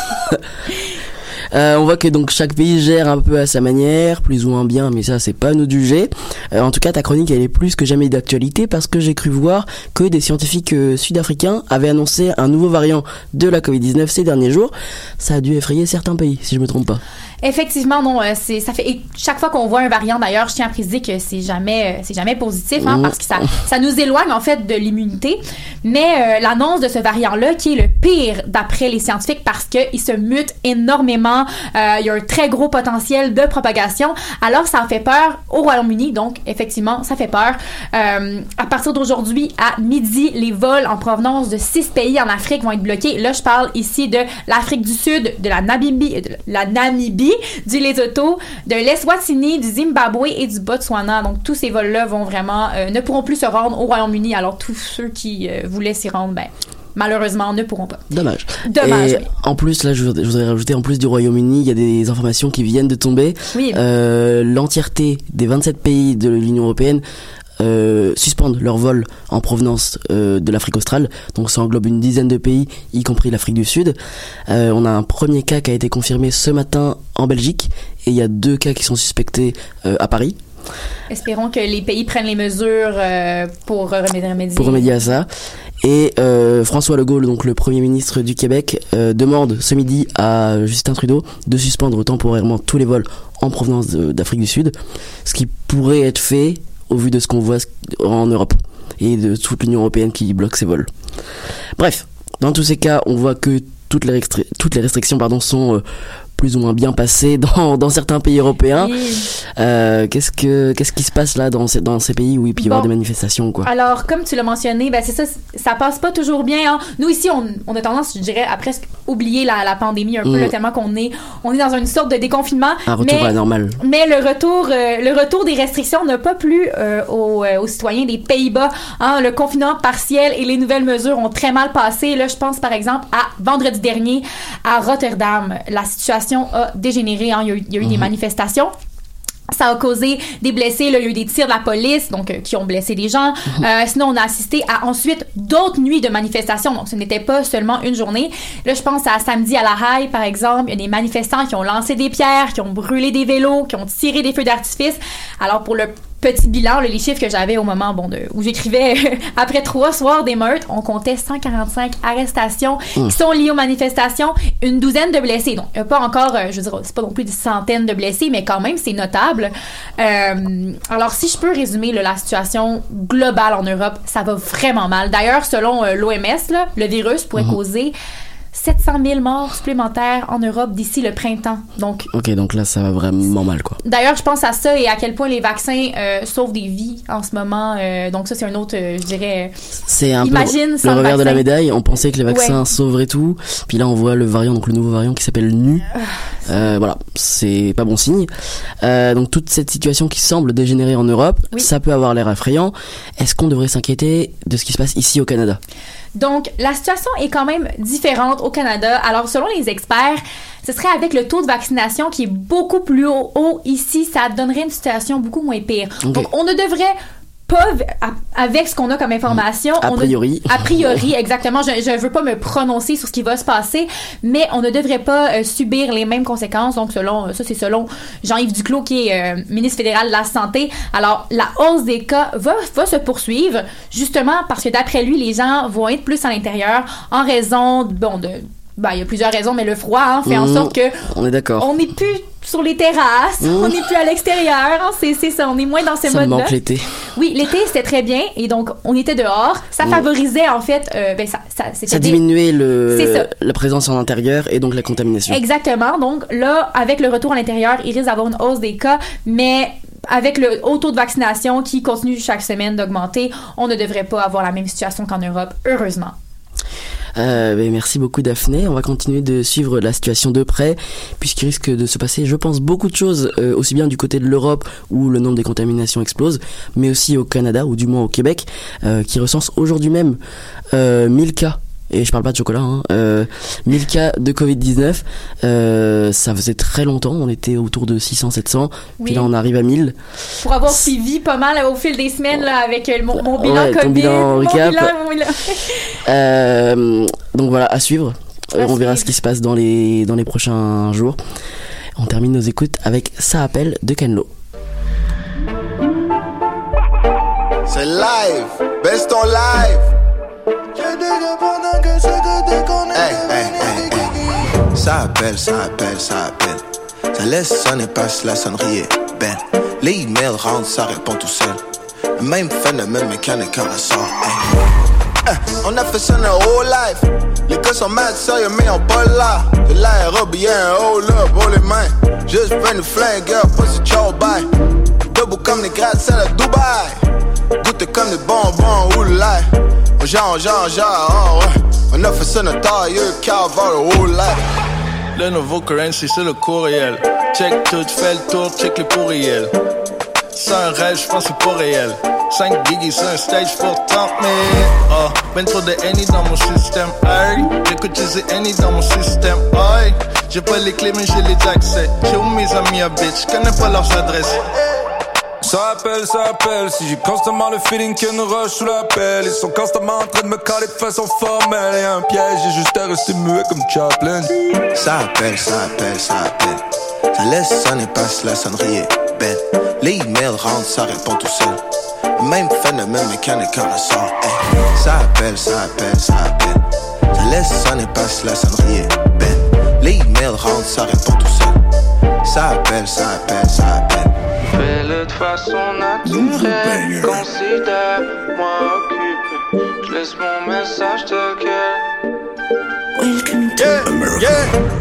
Euh, on voit que donc chaque pays gère un peu à sa manière, plus ou moins bien, mais ça c'est pas à nous de juger. Euh, en tout cas, ta chronique elle est plus que jamais d'actualité parce que j'ai cru voir que des scientifiques euh, sud-africains avaient annoncé un nouveau variant de la covid dix-neuf ces derniers jours. Ça a dû effrayer certains pays, si je me trompe pas. Effectivement, non, euh, c'est ça fait et chaque fois qu'on voit un variant d'ailleurs, je tiens à préciser que c'est jamais euh, c'est jamais positif hein, mmh. parce que ça ça nous éloigne en fait de l'immunité. Mais euh, l'annonce de ce variant-là qui est le pire d'après les scientifiques parce que il se mute énormément, euh, il y a un très gros potentiel de propagation. Alors ça en fait peur au Royaume-Uni, donc effectivement, ça fait peur. Euh, à partir d'aujourd'hui à midi, les vols en provenance de six pays en Afrique vont être bloqués. Là, je parle ici de l'Afrique du Sud, de la Namibie, de la Namibie du Lesotho, de l'Eswatini, du Zimbabwe et du Botswana. Donc, tous ces vols-là vont vraiment, euh, ne pourront plus se rendre au Royaume-Uni. Alors, tous ceux qui euh, voulaient s'y rendre, ben, malheureusement, ne pourront pas. Dommage. Dommage, et oui. En plus, là, je voudrais, je voudrais rajouter, en plus du Royaume-Uni, il y a des informations qui viennent de tomber. Oui. Euh, l'entièreté des vingt-sept pays de l'Union européenne Euh, suspendent leurs vols en provenance euh, de l'Afrique australe. Donc ça englobe une dizaine de pays, y compris l'Afrique du Sud. Euh, on a un premier cas qui a été confirmé ce matin en Belgique et il y a deux cas qui sont suspectés euh, à Paris. Espérons que les pays prennent les mesures euh, pour remédier. Pour remédier à ça. Et euh, François Legault, donc le Premier ministre du Québec, euh, demande ce midi à Justin Trudeau de suspendre temporairement tous les vols en provenance de, d'Afrique du Sud, ce qui pourrait être fait au vu de ce qu'on voit en Europe et de toute l'Union européenne qui bloque ses vols. Bref, dans tous ces cas, on voit que toutes les, restri- toutes les restrictions pardon, sont euh, plus ou moins bien passé dans, dans certains pays européens. Oui. Euh, qu'est-ce que qu'est-ce qui se passe là dans ces, dans ces pays où il peut y bon. avoir des manifestations, quoi? Alors, comme tu l'as mentionné, ben c'est ça, ça passe pas toujours bien. Hein. Nous ici, on, on a tendance, je dirais, à presque oublier la, la pandémie un peu, mmh. là, tellement qu'on est on est dans une sorte de déconfinement. Un retour mais, à la normale. Mais le retour euh, le retour des restrictions n'a pas plu euh, aux, euh, aux citoyens des Pays-Bas. Hein. Le confinement partiel et les nouvelles mesures ont très mal passé. Là, je pense par exemple à vendredi dernier à Rotterdam. La situation a dégénéré. Hein. Il y a eu, il y a eu mmh. des manifestations. Ça a causé des blessés, là, il y a eu des tirs de la police, donc euh, qui ont blessé des gens. Mmh. Euh, sinon, on a assisté à ensuite d'autres nuits de manifestations, donc ce n'était pas seulement une journée. Là, je pense à samedi à La Haye, par exemple, il y a des manifestants qui ont lancé des pierres, qui ont brûlé des vélos, qui ont tiré des feux d'artifice. Alors, pour le petit bilan, là, les chiffres que j'avais au moment bon, de, où j'écrivais après trois soirs d'émeutes, on comptait cent quarante-cinq arrestations mmh. qui sont liées aux manifestations, une douzaine de blessés. Donc, pas encore, je veux dire, c'est pas non plus des centaines de blessés, mais quand même, c'est notable. Euh, alors, si je peux résumer là, la situation globale en Europe, ça va vraiment mal. D'ailleurs, selon euh, l'O M S, là, le virus pourrait mmh. causer sept cent mille morts supplémentaires en Europe d'ici le printemps. Donc, ok, donc là, ça va vraiment mal, quoi. D'ailleurs, je pense à ça et à quel point les vaccins euh, sauvent des vies en ce moment. Euh, donc ça, c'est un autre, euh, je dirais... C'est un Imagine peu le revers de la médaille. On pensait que les vaccins ouais. sauveraient tout. Puis là, on voit le variant, donc le nouveau variant qui s'appelle Nu. Euh, voilà, c'est pas bon signe. Euh, donc toute cette situation qui semble dégénérer en Europe, oui. ça peut avoir l'air effrayant. Est-ce qu'on devrait s'inquiéter de ce qui se passe ici au Canada? Donc, la situation est quand même différente au Canada. Alors, selon les experts, ce serait avec le taux de vaccination qui est beaucoup plus haut, haut ici, ça donnerait une situation beaucoup moins pire. Okay. Donc, on ne devrait pas, avec ce qu'on a comme information... A priori. On ne, a priori, exactement. Je ne veux pas me prononcer sur ce qui va se passer, mais on ne devrait pas euh, subir les mêmes conséquences. Donc, selon ça, c'est selon Jean-Yves Duclos, qui est euh, ministre fédéral de la Santé. Alors, la hausse des cas va, va se poursuivre, justement parce que d'après lui, les gens vont être plus à l'intérieur en raison, bon, de... Ben, il y a plusieurs raisons, mais le froid hein, fait mmh, en sorte que... On est d'accord. On n'est plus sur les terrasses, mmh. on n'est plus à l'extérieur, hein, c'est, c'est ça, on est moins dans ces modes-là. Ça me manque l'été. Oui, l'été, c'était très bien, et donc, on était dehors. Ça mmh. favorisait, en fait... Euh, ben, ça, ça, ça diminuait le, la présence en intérieur et donc la contamination. Exactement. Donc, là, avec le retour à l'intérieur, il risque d'avoir une hausse des cas, mais... Avec le haut taux de vaccination qui continue chaque semaine d'augmenter, on ne devrait pas avoir la même situation qu'en Europe, heureusement. Euh, ben merci beaucoup Daphné, on va continuer de suivre la situation de près puisqu'il risque de se passer je pense beaucoup de choses euh, aussi bien du côté de l'Europe où le nombre des contaminations explose mais aussi au Canada ou du moins au Québec euh, qui recense aujourd'hui même euh, mille cas. Et je parle pas de chocolat, hein. Euh, mille cas de covid dix-neuf. Euh, ça faisait très longtemps. On était autour de six cents, sept cents. Oui. Puis là, on arrive à mille. Pour avoir suivi pas mal au fil des semaines, là, avec mon, mon bilan ouais, COVID. Ton bilan mon recap. Bilan, mon bilan. euh, donc voilà, à suivre. Euh, on verra ce qui se passe dans les, dans les prochains jours. On termine nos écoutes avec Ça appelle de Ken Lo. C'est live. Best on live. Hey, hey, hey, hey. Ça appelle, ça appelle, ça appelle. Ça laisse sonner, passe la sonnerie est belle. Les emails rentrent, ça répond tout seul. Le même phénomène mécanique quand elle sort. Hey. Hey, on a fait ça notre whole life. Les gars sont mad sérieux mais on pas là. De l'aérobie, yeah, hold up, oh les mains. Juste prends une flingue, girl, pussy Joe bye. Debout comme les gratte-ciels à Dubaï. Goûter comme des bonbons, oulai. On genre, genre, genre, oh ouais. On a fait ça notre tailleux, cavale, oh là. Le nouveau currency, c'est le courriel. Check tout, fais le tour, check les pourriels. C'est un rêve, j'pense c'est pas réel. cinq gigs sur un stage pour trente mille. Oh, ben trop de Henny dans mon système. Hey, j'écoute les Henny dans mon système. Hey, j'ai pas les clés mais j'ai les accès. J'ai où mes amis à bitch, j'connais pas leurs adresses. Ça appelle, ça appelle. Si j'ai constamment le feeling qu'il y a une rush sous la pelle. Ils sont constamment en train de me caler de façon formelle. Y'a un piège, j'ai juste à rester muet comme Chaplin. Ça appelle, ça appelle, ça appelle. Ça laisse sonner, passe la sonnerie est belle. Les emails rentrent, ça répond tout seul. Même phénomène mécanique quand elle sort. Hey. Ça appelle, ça appelle, ça appelle. Ça laisse sonner, passe la sonnerie est belle. Les emails rentrent, ça répond tout seul. Ça appelle, ça appelle, ça appelle. Fais-le de façon naturelle, considère-moi occupé. Je laisse mon message de gueule. Welcome to yeah, America. Yeah. Gang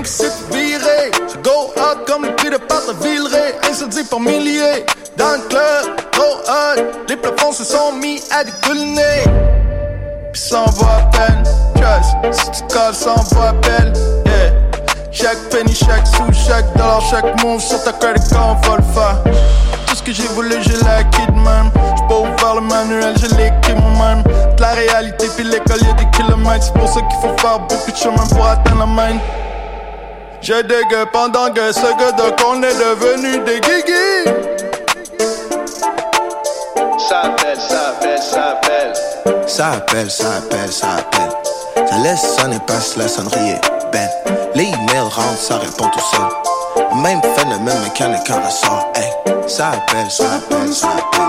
cinq six virés. Je go hard comme les prix de pâte à Villeray. Incendies par milliers. Dans le club, trop hot. Les plafonds se sont mis à décolliner. Pis ça en vaut à peine. Trust, si tu calls, ça en vaut à peine. Yeah. Chaque penny, chaque sou, chaque dollar, chaque move sur ta credit card, on va le faire. Tout ce que j'ai voulu, je l'ai acquis de même. J'suis pas ouvert le manuel, je l'ai écrit moi-même. De la réalité puis l'école, y'a des kilomètres. C'est pour ça qu'il faut faire beaucoup de chemin pour atteindre la main. Je dégueule pendant que ce gars de qu'on est devenu des guigui. Ça appelle, ça appelle, ça appelle. Ça appelle, ça appelle, ça appelle. Ça laisse sonner, passe la sonnerie ben. Les emails rentrent, ça répond tout seul. Même phénomène mécanique en ressort. Hey, ça appelle, ça appelle, ça appelle.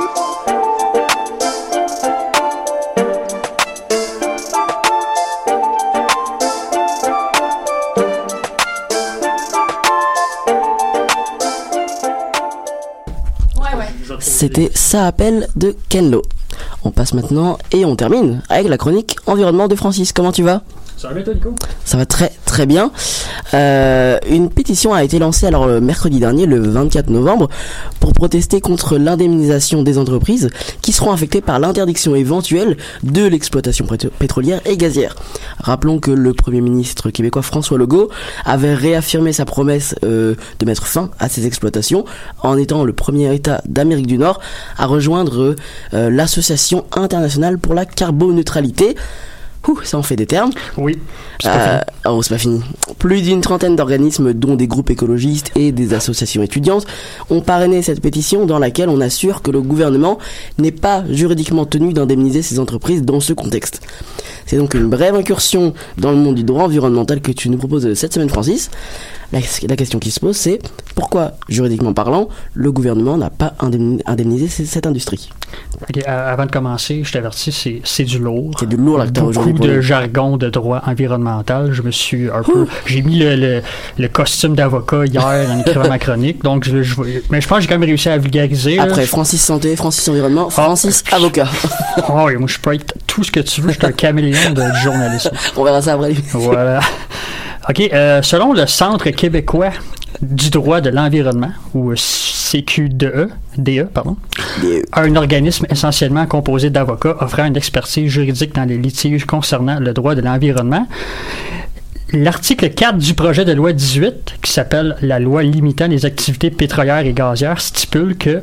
C'était Ça appelle de Ken Lo. On passe maintenant et on termine avec la chronique environnement de Francis. Comment tu vas ? Ça va bien toi, Nico ? Ça va très très bien. Euh, une pétition a été lancée alors le mercredi dernier, le vingt-quatre novembre, pour protester contre l'indemnisation des entreprises qui seront affectées par l'interdiction éventuelle de l'exploitation pétrolière et gazière. Rappelons que le Premier ministre québécois François Legault avait réaffirmé sa promesse euh, de mettre fin à ces exploitations en étant le premier État d'Amérique du Nord à rejoindre euh, l'Association internationale pour la carboneutralité. Ouh, ça en fait des termes. Oui. C'est pas euh, fini. Oh, c'est pas fini. Plus d'une trentaine d'organismes, dont des groupes écologistes et des associations étudiantes, ont parrainé cette pétition dans laquelle on assure que le gouvernement n'est pas juridiquement tenu d'indemniser ces entreprises dans ce contexte. C'est donc une brève incursion dans le monde du droit environnemental que tu nous proposes cette semaine, Francis. La, la question qui se pose, c'est pourquoi, juridiquement parlant, le gouvernement n'a pas indemnisé cette industrie. Okay, euh, avant de commencer, je t'avertis, c'est, c'est du lourd. C'est du lourd, là, que t'as aujourd'hui. Beaucoup de jargon de droit environnemental. Je me suis un peu... J'ai mis le, le, le costume d'avocat hier en écrivant ma chronique, donc je, je, mais je pense que j'ai quand même réussi à vulgariser. Après, là. Francis Santé, Francis Environnement, Francis ah, Avocat. Oh, oui, moi, je peux être tout ce que tu veux. Je suis un caméléon de journalisme. On verra ça après. Voilà. OK. Euh, selon le Centre québécois du droit de l'environnement, ou C Q D E, D E, pardon, D E. Un organisme essentiellement composé d'avocats offrant une expertise juridique dans les litiges concernant le droit de l'environnement. L'article quatre du projet de loi dix-huit, qui s'appelle la loi limitant les activités pétrolières et gazières, stipule que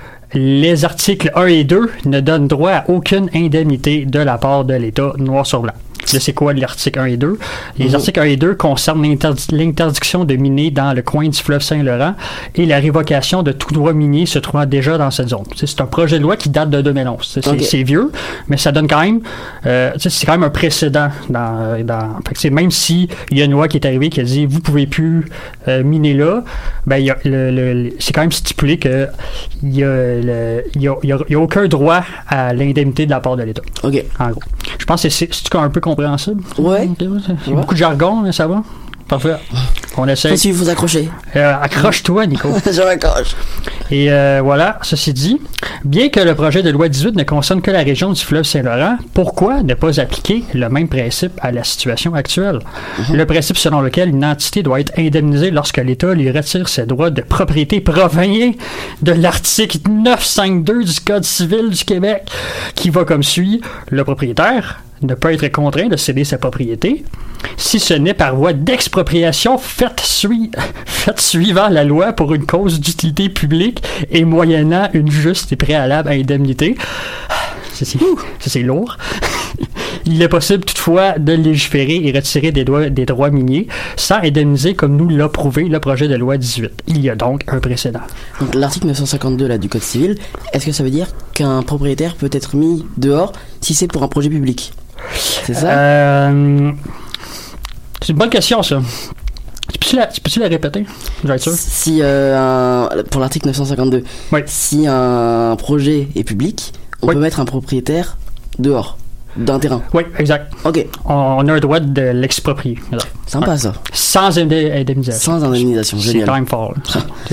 les articles un et deux ne donnent droit à aucune indemnité de la part de l'État, noir sur blanc. Là, c'est quoi l'article un et deux? Les mmh. articles un et deux concernent l'interdi- l'interdiction de miner dans le coin du fleuve Saint-Laurent et la révocation de tout droit minier se trouvant déjà dans cette zone. T'sais, c'est un projet de loi qui date de deux mille onze. C'est, okay. c'est vieux, mais ça donne quand même... Euh, c'est quand même un précédent. Dans, dans, fait que c'est, même s'il y a une loi qui est arrivée qui a dit « vous pouvez plus euh, miner là », ben, y a le, le, c'est quand même stipulé qu'il n'y a, y a, y a, y a aucun droit à l'indemnité de la part de l'État. OK. En gros. Je pense que c'est, c'est un peu compréhensible. Ouais. Okay, ouais. C'est ouais. beaucoup de jargon, mais ça va. Parfait. On essaie. Faut suivre, vous accrocher. Euh, accroche-toi, Nico. Je m'accroche. Et euh, voilà, ceci dit, bien que le projet de loi dix-huit ne concerne que la région du fleuve Saint-Laurent, pourquoi ne pas appliquer le même principe à la situation actuelle? Mm-hmm. Le principe selon lequel une entité doit être indemnisée lorsque l'État lui retire ses droits de propriété provenant de l'article neuf cent cinquante-deux du Code civil du Québec, qui va comme suit. Le propriétaire ne peut être contraint de céder sa propriété si ce n'est par voie d'expropriation faite, sui- faite suivant la loi pour une cause d'utilité publique et moyennant une juste et préalable indemnité. Ça, c'est, ça, c'est lourd. Il est possible toutefois de légiférer et retirer des droits, des droits miniers sans indemniser comme nous l'a prouvé le projet de loi dix-huit. Il y a donc un précédent. Donc l'article neuf cent cinquante-deux là, du Code civil, est-ce que ça veut dire qu'un propriétaire peut être mis dehors si c'est pour un projet public? C'est ça? Euh, c'est une bonne question, ça. Tu peux-tu la, tu peux-tu la répéter? Je vais être sûr. Si, euh, un, pour l'article neuf cent cinquante-deux, oui. Si un projet est public, on oui. peut mettre un propriétaire dehors d'un terrain. Oui, exact. OK. On a un droit de l'exproprier. Sympa, ouais. ça. Sans indemnisation. Sans indemnisation, génial. C'est quand même fort.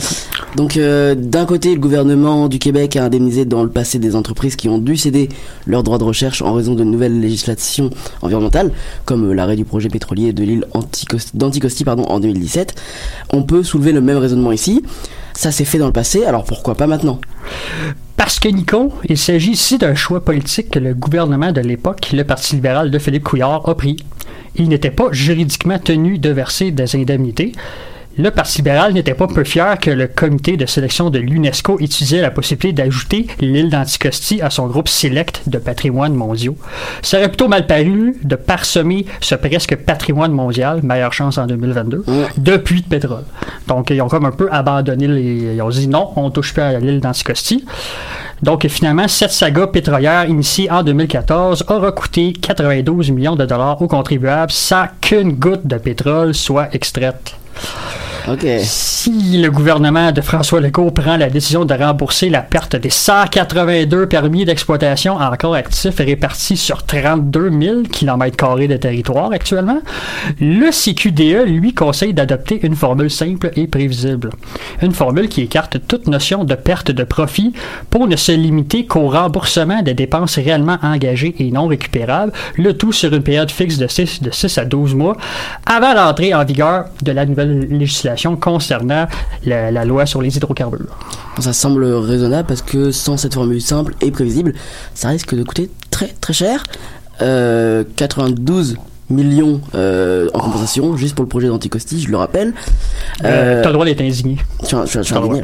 Donc euh, d'un côté, le gouvernement du Québec a indemnisé dans le passé des entreprises qui ont dû céder leurs droits de recherche en raison de nouvelles législations environnementales, comme l'arrêt du projet pétrolier de l'île Anticosti, d'Anticosti pardon, en deux mille dix-sept. On peut soulever le même raisonnement ici. Ça s'est fait dans le passé, alors pourquoi pas maintenant? Parce que, Nico, il s'agit ici d'un choix politique que le gouvernement de l'époque, le Parti libéral de Philippe Couillard, a pris. Il n'était pas juridiquement tenu de verser des indemnités. Le Parti libéral n'était pas peu fier que le comité de sélection de l'UNESCO étudiait la possibilité d'ajouter l'île d'Anticosti à son groupe select de patrimoine mondiaux. Ça aurait plutôt mal paru de parsemer ce presque patrimoine mondial, meilleure chance en deux mille vingt-deux, mmh. de puits de pétrole. Donc, ils ont comme un peu abandonné les... Ils ont dit non, on ne touche plus à l'île d'Anticosti. Donc, finalement, cette saga pétrolière initiée en deux mille quatorze aura coûté quatre-vingt-douze millions de dollars aux contribuables sans qu'une goutte de pétrole soit extraite. Okay. Si le gouvernement de François Legault prend la décision de rembourser la perte des cent quatre-vingt-deux permis d'exploitation encore actifs répartis sur trente-deux mille kilomètres carrés de territoire actuellement, le C Q D E lui conseille d'adopter une formule simple et prévisible. Une formule qui écarte toute notion de perte de profit pour ne se limiter qu'au remboursement des dépenses réellement engagées et non récupérables, le tout sur une période fixe de six, de six à douze mois avant l'entrée en vigueur de la nouvelle législation concernant la, la loi sur les hydrocarbures. Ça semble raisonnable parce que sans cette formule simple et prévisible, ça risque de coûter très très cher. Euh, quatre-vingt-douze millions euh, en compensation juste pour le projet d'Anticosti, je le rappelle. Euh, euh, T'as le droit d'être indigné. Je suis, je, je suis indigné.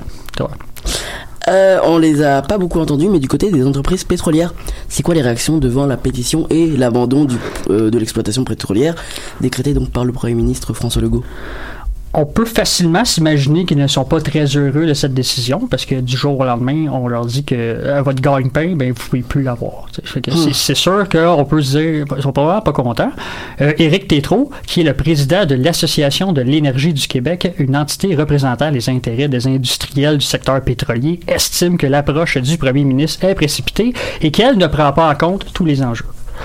Euh, on les a pas beaucoup entendus, mais du côté des entreprises pétrolières, c'est quoi les réactions devant la pétition et l'abandon du, euh, de l'exploitation pétrolière décrétée donc par le Premier ministre François Legault? On peut facilement s'imaginer qu'ils ne sont pas très heureux de cette décision parce que du jour au lendemain, on leur dit que à votre gagne-pain, ben, vous ne pouvez plus l'avoir. Que c'est, c'est sûr qu'on peut se dire qu'ils sont probablement pas contents. Euh, Éric Tétrault, qui est le président de l'Association de l'énergie du Québec, une entité représentant les intérêts des industriels du secteur pétrolier, estime que l'approche du premier ministre est précipitée et qu'elle ne prend pas en compte tous les enjeux.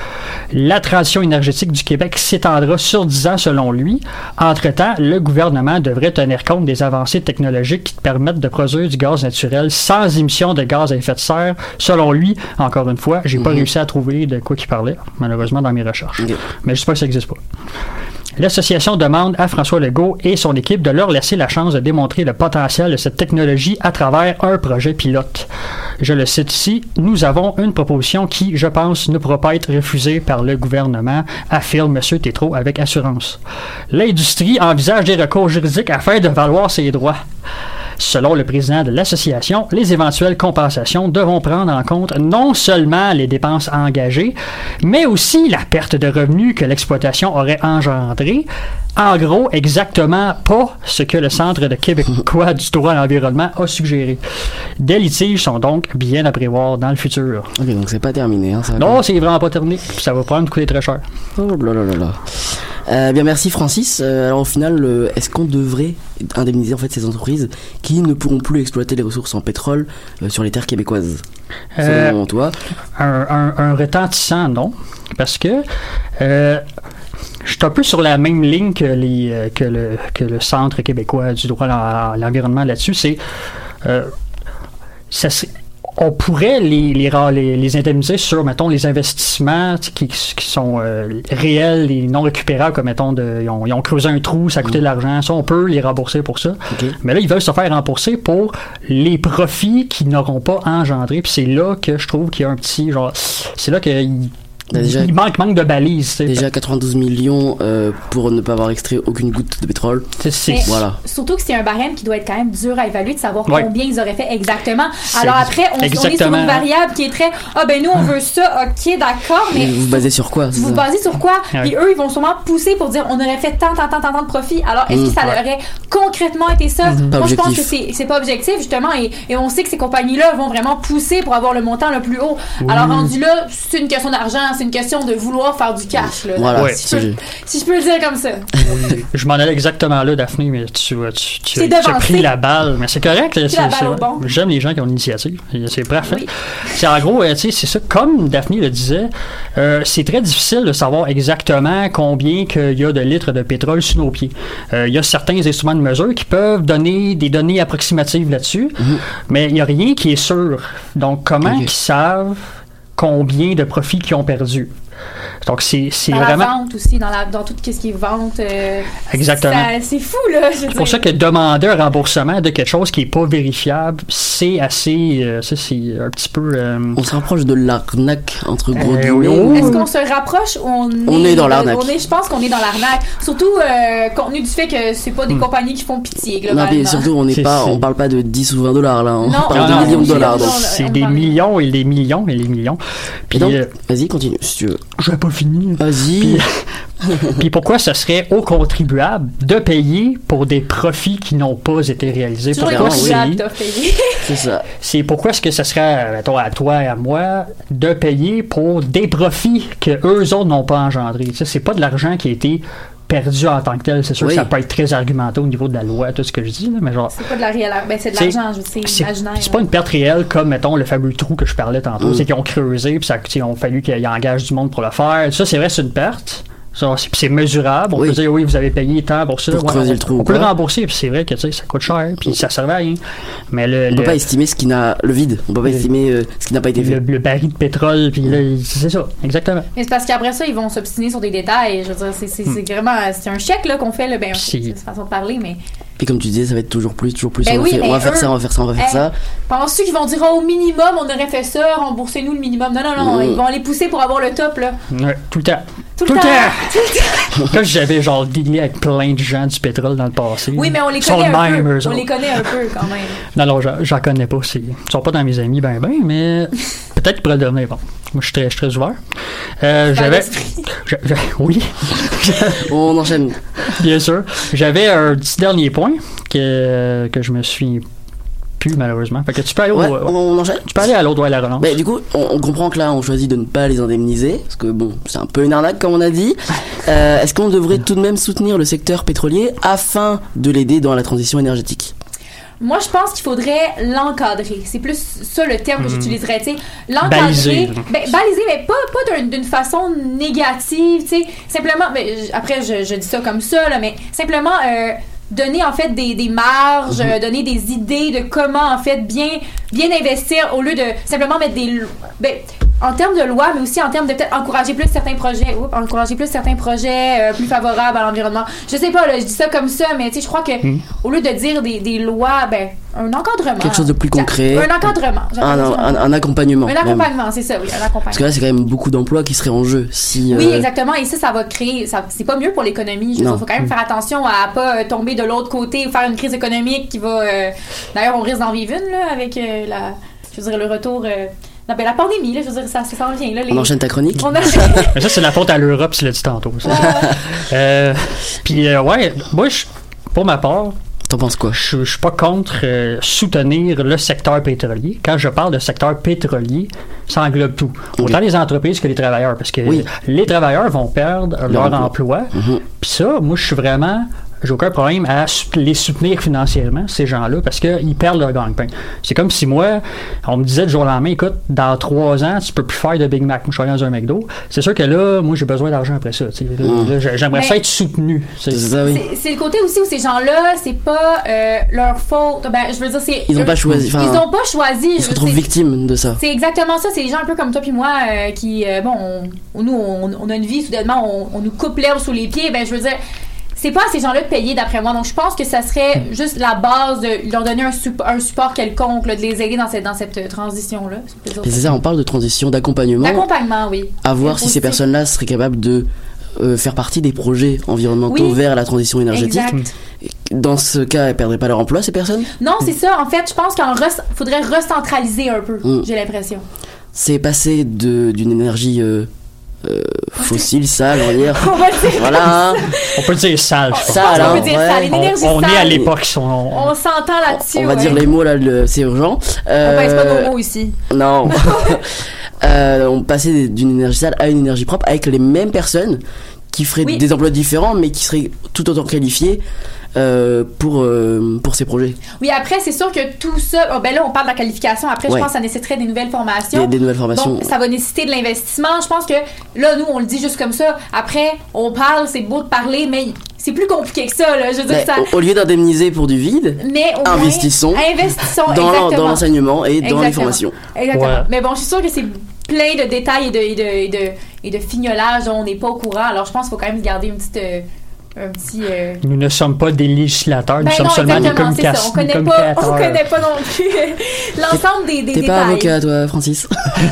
La transition énergétique du Québec s'étendra sur dix ans selon lui. Entre-temps, le gouvernement devrait tenir compte des avancées technologiques qui permettent de produire du gaz naturel sans émission de gaz à effet de serre. Selon lui, encore une fois, j'ai mm-hmm. pas réussi à trouver de quoi qu'il parlait, malheureusement, dans mes recherches. Okay. Mais j'espère que ça n'existe pas. L'association demande à François Legault et son équipe de leur laisser la chance de démontrer le potentiel de cette technologie à travers un projet pilote. Je le cite ici, « Nous avons une proposition qui, je pense, ne pourra pas être refusée par le gouvernement », affirme M. Tétrault avec assurance. L'industrie envisage des recours juridiques afin de valoir ses droits. Selon le président de l'association, les éventuelles compensations devront prendre en compte non seulement les dépenses engagées, mais aussi la perte de revenus que l'exploitation aurait engendrée. En gros, exactement pas ce que le Centre de québécois du droit à l'environnement a suggéré. Des litiges sont donc bien à prévoir dans le futur. Ok, donc c'est pas terminé. Hein, ça non, c'est vraiment pas terminé. Ça va probablement coûter très cher. Oh là là là là. Euh, bien, merci Francis. Euh, alors au final, euh, est-ce qu'on devrait indemniser en fait ces entreprises qui ne pourront plus exploiter les ressources en pétrole euh, sur les terres québécoises? Selon euh, toi, un, un, un retentissant, non, parce que euh, je suis un peu sur la même ligne que, les, euh, que, le, que le Centre québécois du droit à l'environnement là-dessus. C'est euh, ça serait on pourrait les, les, les, les indemniser sur, mettons, les investissements qui, qui sont euh, réels et non récupérables, comme, mettons, de, ils, ont, ils ont creusé un trou, ça a coûté mmh. de l'argent, ça, on peut les rembourser pour ça. Okay. Mais là, ils veulent se faire rembourser pour les profits qu'ils n'auront pas engendrés, puis c'est là que je trouve qu'il y a un petit, genre, c'est là qu'il Déjà, il manque, manque de balises. T'sais. Déjà quatre-vingt-douze millions euh, pour ne pas avoir extrait aucune goutte de pétrole. C'est, c'est, voilà. Surtout que c'est un barème qui doit être quand même dur à évaluer, de savoir ouais. combien ils auraient fait exactement. C'est Alors après, on, on est sur une variable qui est très « Ah ben nous, on veut ça, ok, d'accord, mais... » Vous vous basez sur quoi? Vous vous basez sur quoi? Ouais. Puis eux, ils vont sûrement pousser pour dire « On aurait fait tant, tant, tant, tant, tant de profit. » Alors, est-ce mmh, que ça ouais. aurait concrètement été ça? Mmh. Moi, je pense que c'est, c'est pas objectif, justement, et, et on sait que ces compagnies-là vont vraiment pousser pour avoir le montant le plus haut. Oui. Alors, rendu là, c'est une question d'argent, c'est c'est une question de vouloir faire du cash. Là, voilà, ouais. si, je peux, si je peux le dire comme ça. Oui, je m'en allais exactement là, Daphné, mais tu, tu, tu, C'est tu as devancé. pris la balle. Mais c'est correct. Pris c'est, la balle c'est, au bon. J'aime les gens qui ont l'initiative. C'est parfait. Oui. C'est en gros, euh, tu sais, c'est ça. Comme Daphné le disait, euh, c'est très difficile de savoir exactement combien qu'il y a de litres de pétrole sous nos pieds. Euh, il y a certains instruments de mesure qui peuvent donner des données approximatives là-dessus, mm-hmm. mais il n'y a rien qui est sûr. Donc, comment okay. ils savent combien de profits qu'ils ont perdu? Donc, c'est, c'est dans vraiment... la vente aussi, dans, la, dans tout ce qui est vente. Euh, Exactement. Ça, c'est fou, là. Je veux c'est dire. pour ça que demander un remboursement de quelque chose qui n'est pas vérifiable, c'est assez... Euh, ça, c'est un petit peu... Euh... On se rapproche de l'arnaque, entre gros guillemets. Euh, Est-ce qu'on se rapproche ou on, on est, est dans l'arnaque? On est, je pense qu'on est dans l'arnaque. Surtout, euh, compte tenu du fait que c'est pas des hmm. compagnies qui font pitié, globalement. Non, mais surtout, on n'est pas, on parle pas de dix ou vingt dollars, là. On non, parle non, de non, millions de dollars. Donc. C'est des millions et des millions et des millions. Puis donc, euh, vas-y, continue, si tu veux. Je vais pas finir. Vas-y. Puis, puis pourquoi ce serait aux contribuables de payer pour des profits qui n'ont pas été réalisés? Toujours pourquoi c'est, c'est, c'est ça. C'est pourquoi est-ce que ce serait, mettons, à toi et à moi de payer pour des profits que eux autres n'ont pas engendrés? Tu sais, c'est pas de l'argent qui a été perdu en tant que tel. C'est sûr oui. que ça peut être très argumenté au niveau de la loi, tout ce que je dis, là, mais genre... C'est pas de la réelle... Ben, c'est de l'argent, je sais, c'est, imaginaire. C'est pas une perte réelle comme, mettons, le fameux trou que je parlais tantôt. Mm. C'est qu'ils ont creusé, puis ça ils ont fallu qu'ils engagent du monde pour le faire. Ça, c'est vrai, c'est une perte. Ça, c'est, c'est mesurable. On oui. peut dire, oui, vous avez payé tant pour ça. Pour ouais, creuser on, le trou. On peut le rembourser, puis c'est vrai que ça coûte cher, puis ça servait à rien. Mais le, on le, peut pas estimer ce qui n'a... Le vide. On peut pas le, estimer euh, ce qui n'a pas été fait. Le, le baril de pétrole, puis là, c'est ça, exactement. Mais c'est parce qu'après ça, ils vont s'obstiner sur des détails. Je veux dire, c'est, c'est, mm. c'est vraiment... C'est un chèque là, qu'on fait, là. Ben, c'est une façon de parler, mais... Puis comme tu disais, ça va être toujours plus, toujours plus. Ben on, oui, va, fait, on va faire eux, ça, on va faire ça, on va faire hey, ça. Penses-tu qu'ils vont dire oh, au minimum, on aurait fait ça, remboursez-nous le minimum? Non, non, non, mmh. ils vont aller pousser pour avoir le top, là. Ouais, tout le temps. Tout, tout le temps. temps. Comme j'avais genre dealé avec plein de gens du pétrole dans le passé. Oui, mais on les connaît un même, peu. On les connaît un peu quand même. Non, non, j'en, j'en connais pas. C'est, ils sont pas dans mes amis, ben, ben, mais peut-être qu'ils pourraient le devenir. Bon, moi, je suis très, je suis très ouvert. Euh, j'avais. Je, je, oui. On enchaîne. Bien sûr. J'avais un petit dernier point que, que je me suis plus malheureusement. Fait que tu peux aller au, ouais, on enchaîne. Tu peux aller à l'autre ou à la relance. Ben, du coup, on, on comprend que là, on choisit de ne pas les indemniser parce que bon, c'est un peu une arnaque comme on a dit. Euh, est-ce qu'on devrait tout de même soutenir le secteur pétrolier afin de l'aider dans la transition énergétique? Moi, je pense qu'il faudrait l'encadrer. C'est plus ça le terme que mmh. j'utiliserais. Tu sais, l'encadrer, baliser, ben, baliser, mais pas, pas d'une, d'une façon négative. Tu sais, simplement. Ben, après, je, je dis ça comme ça, là, mais simplement. Euh, donner en fait des, des marges, mmh. euh, donner des idées de comment en fait bien bien investir au lieu de simplement mettre des ben, en termes de loi, mais aussi en termes de peut-être encourager plus certains projets, oups, encourager plus certains projets euh, plus favorables à l'environnement. Je sais pas, là, je dis ça comme ça, mais tu sais, je crois que mmh. au lieu de dire des, des lois, ben un encadrement. Quelque chose de plus concret. Un encadrement. Un, un, un, un accompagnement. Un accompagnement, même. C'est ça, oui, un accompagnement. Parce que là, c'est quand même beaucoup d'emplois qui seraient en jeu. Si, oui, euh... exactement. Et ça, ça va créer. Ça, c'est pas mieux pour l'économie. Il faut quand même faire attention à pas euh, tomber de l'autre côté ou faire une crise économique qui va. Euh... D'ailleurs, on risque d'en vivre une là, avec euh, la. Je veux dire, le retour. Euh... Non, ben, la pandémie, là, je veux dire, ça, ça s'en vient. Là, les... On enchaîne ta chronique. On enchaîne. Mais ça, c'est la faute à l'Europe, tu l'as dit tantôt. euh, Puis, euh, ouais, moi, je, pour ma part. T'en penses quoi? Je, je suis pas contre euh, soutenir le secteur pétrolier. Quand je parle de secteur pétrolier, ça englobe tout. Okay. Autant les entreprises que les travailleurs. Parce que oui. les travailleurs vont perdre leur, leur emploi. emploi. Mm-hmm. Puis ça, moi, je suis vraiment... J'ai aucun problème à les soutenir financièrement, ces gens-là, parce qu'ils perdent leur gagne-pain. C'est comme si moi, on me disait du jour au lendemain, écoute, dans trois ans, tu peux plus faire de Big Mac. Moi, je suis allé dans un McDo. C'est sûr que là, moi, j'ai besoin d'argent après ça. Là, mmh. là, j'aimerais mais ça être soutenu. C'est, c'est, oui. c'est, c'est le côté aussi où ces gens-là, c'est pas euh, leur faute. Ben, je veux dire, c'est... Ils n'ont pas choisi. Ils n'ont pas choisi. Ils se retrouvent victimes de ça. C'est exactement ça. C'est des gens un peu comme toi puis moi euh, qui, euh, bon, on, nous, on, on a une vie, soudainement, on, on nous coupe l'herbe sous les pieds. Ben, je veux dire... C'est pas à ces gens-là de payer, d'après moi. Donc, je pense que ça serait juste la base de leur donner un, sup- un support quelconque, là, de les aider dans cette, dans cette transition-là. C'est ça, on parle de transition, d'accompagnement. D'accompagnement, oui. À voir si ces personnes-là seraient capables de euh, faire partie des projets environnementaux oui. vers la transition énergétique. Exact. Dans ce cas, elles ne perdraient pas leur emploi, ces personnes? Non, c'est ça. En fait, je pense qu'il re- faudrait recentraliser un peu, mm. j'ai l'impression. C'est passer de, d'une énergie... Euh, Euh, fossile, sale, on va dire. On va dire voilà. Hein. On peut dire sale. Sale, on peut dire ouais. sale. Une énergie on, on sale. est à l'époque. On, on... on s'entend là-dessus. On, on va ouais. dire les mots là, le, c'est urgent. Euh, on pèse pas nos mots ici. Non. euh, on passait d'une énergie sale à une énergie propre avec les mêmes personnes qui feraient oui. des emplois différents mais qui seraient tout autant qualifiés euh, pour, euh, pour ces projets. Oui, après, c'est sûr que tout ça... Oh, ben là, on parle de la qualification. Après, ouais. je pense que ça nécessiterait des nouvelles formations. Des, des nouvelles formations. Donc, ça va nécessiter de l'investissement. Je pense que là, nous, on le dit juste comme ça. Après, on parle, c'est beau de parler, mais... c'est plus compliqué que ça, là. Je veux dire, ça... Au, au lieu d'indemniser pour du vide, mais au investissons, moins, investissons dans, dans l'enseignement et exactement. Dans les formations. Exactement. Ouais. Mais bon, je suis sûre que c'est plein de détails et de, et de, et de, et de fignolage dont on n'est pas au courant. Alors, je pense qu'il faut quand même garder une petite... Euh, un petit... Euh... Nous ne sommes pas des législateurs, ben nous sommes non, seulement des communicateurs. On connaît pas, on connaît pas non plus l'ensemble des, des T'es détails. T'es pas avocat, toi, Francis?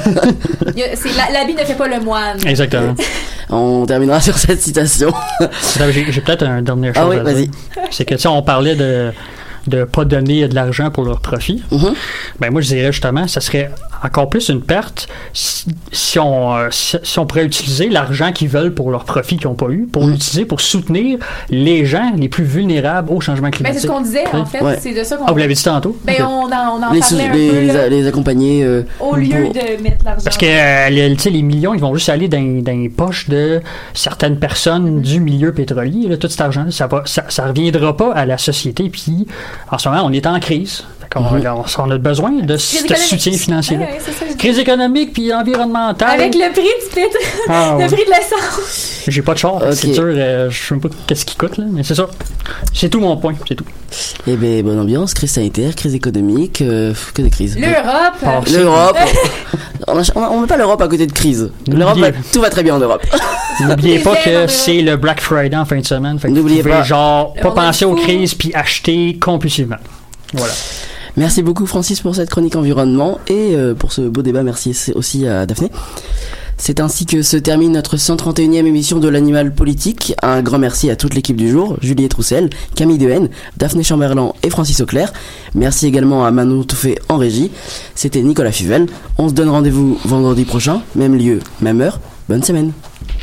c'est, l'habit ne fait pas le moine. Exactement. On terminera sur cette citation. J'ai, j'ai peut-être un dernier chose ah oui, à vas-y. dire. C'est que, tu sais, on parlait de de pas donner de l'argent pour leur profit. Mm-hmm. Ben moi, je dirais justement, ça serait encore plus une perte si, si, on, euh, si, si on pourrait utiliser l'argent qu'ils veulent pour leur profit qu'ils n'ont pas eu, pour mm. l'utiliser pour soutenir les gens les plus vulnérables au changement climatique. Ben, c'est ce qu'on disait, en fait. Ouais. C'est de ça qu'on... Ah, vous l'avez dit tantôt? Ben, okay. on en, on en les, parlait un les, peu, les, là, les accompagner... Euh, au lieu pour... de mettre l'argent. Parce que euh, les, les millions, ils vont juste aller dans, dans les poches de certaines personnes mm. du milieu pétrolier. Là, tout cet argent, ça ne ça, ça reviendra pas à la société. Puis, en ce moment, on est en crise. On, mm-hmm. on, on a besoin de ce soutien financier. Ouais, ouais, crise économique puis environnementale. Avec le prix du pétrole, ah, le ouais. prix de l'essence. J'ai pas de char, okay. c'est sûr. Euh, je sais même pas qu'est-ce qui coûte, là, mais c'est ça. C'est tout mon point, c'est tout. Eh bien, bonne ambiance, crise sanitaire, crise économique, euh, que des crises. L'Europe. Oh, L'Europe. on, a, on, on met pas l'Europe à côté de crise. L'Europe, va, tout va très bien en Europe. N'oubliez pas que c'est le Black Friday en fin de semaine. Fait que N'oubliez vous pouvez pas. genre pas penser aux crises puis acheter compulsivement. Voilà. Merci beaucoup Francis pour cette chronique environnement et euh, pour ce beau débat. Merci aussi à Daphné. C'est ainsi que se termine notre cent trente et unième émission de l'Animal Politique. Un grand merci à toute l'équipe du jour, Juliette Roussel, Camille Dehaene, Daphné Chamberlain et Francis Auclair. Merci également à Manon Touffet en régie. C'était Nicolas Fuvel. On se donne rendez-vous vendredi prochain, même lieu, même heure. Bonne semaine.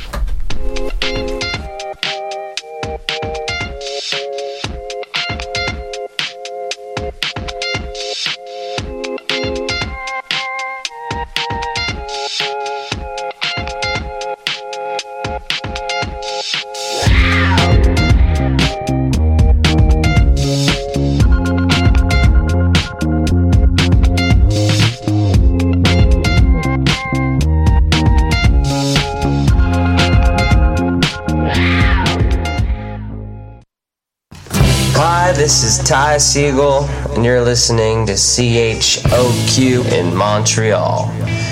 This is Ty Siegel, and you're listening to C H O Q in Montreal.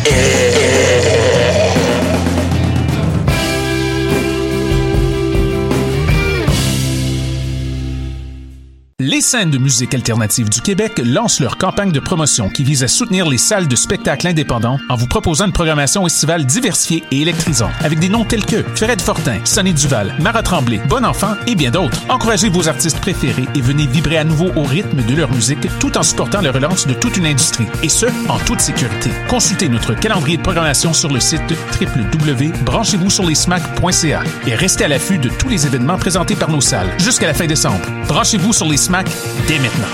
Les scènes de musique alternative du Québec lancent leur campagne de promotion qui vise à soutenir les salles de spectacle indépendants en vous proposant une programmation estivale diversifiée et électrisante avec des noms tels que Fred Fortin, Sonny Duval, Mara Tremblay, Bon Enfant et bien d'autres. Encouragez vos artistes préférés et venez vibrer à nouveau au rythme de leur musique tout en supportant la relance de toute une industrie et ce, en toute sécurité. Consultez notre calendrier de programmation sur le site w w w point branchez vous sur les smack point c a et restez à l'affût de tous les événements présentés par nos salles jusqu'à la fin décembre. Branchez-vous sur les smack dès maintenant.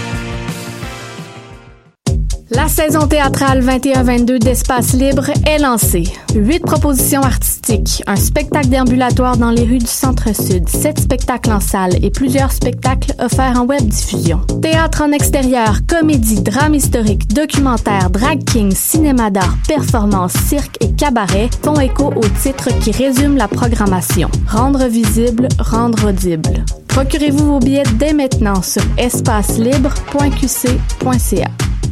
La saison théâtrale vingt et un vingt-deux d'Espace Libre est lancée. Huit propositions artistiques, un spectacle déambulatoire dans les rues du Centre-Sud, sept spectacles en salle et plusieurs spectacles offerts en web diffusion. Théâtre en extérieur, comédie, drame historique, documentaire, drag king, cinéma d'art, performance, cirque et cabaret font écho aux titres qui résument la programmation. Rendre visible, rendre audible. Procurez-vous vos billets dès maintenant sur espace libre point q c point c a.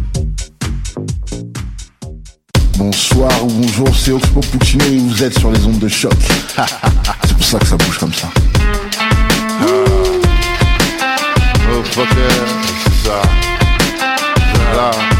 Bonsoir ou bonjour, c'est Oxpo Puccino et vous êtes sur les ondes de choc. C'est pour ça que ça bouge comme ça. Oh fucker, c'est ça. C'est ça.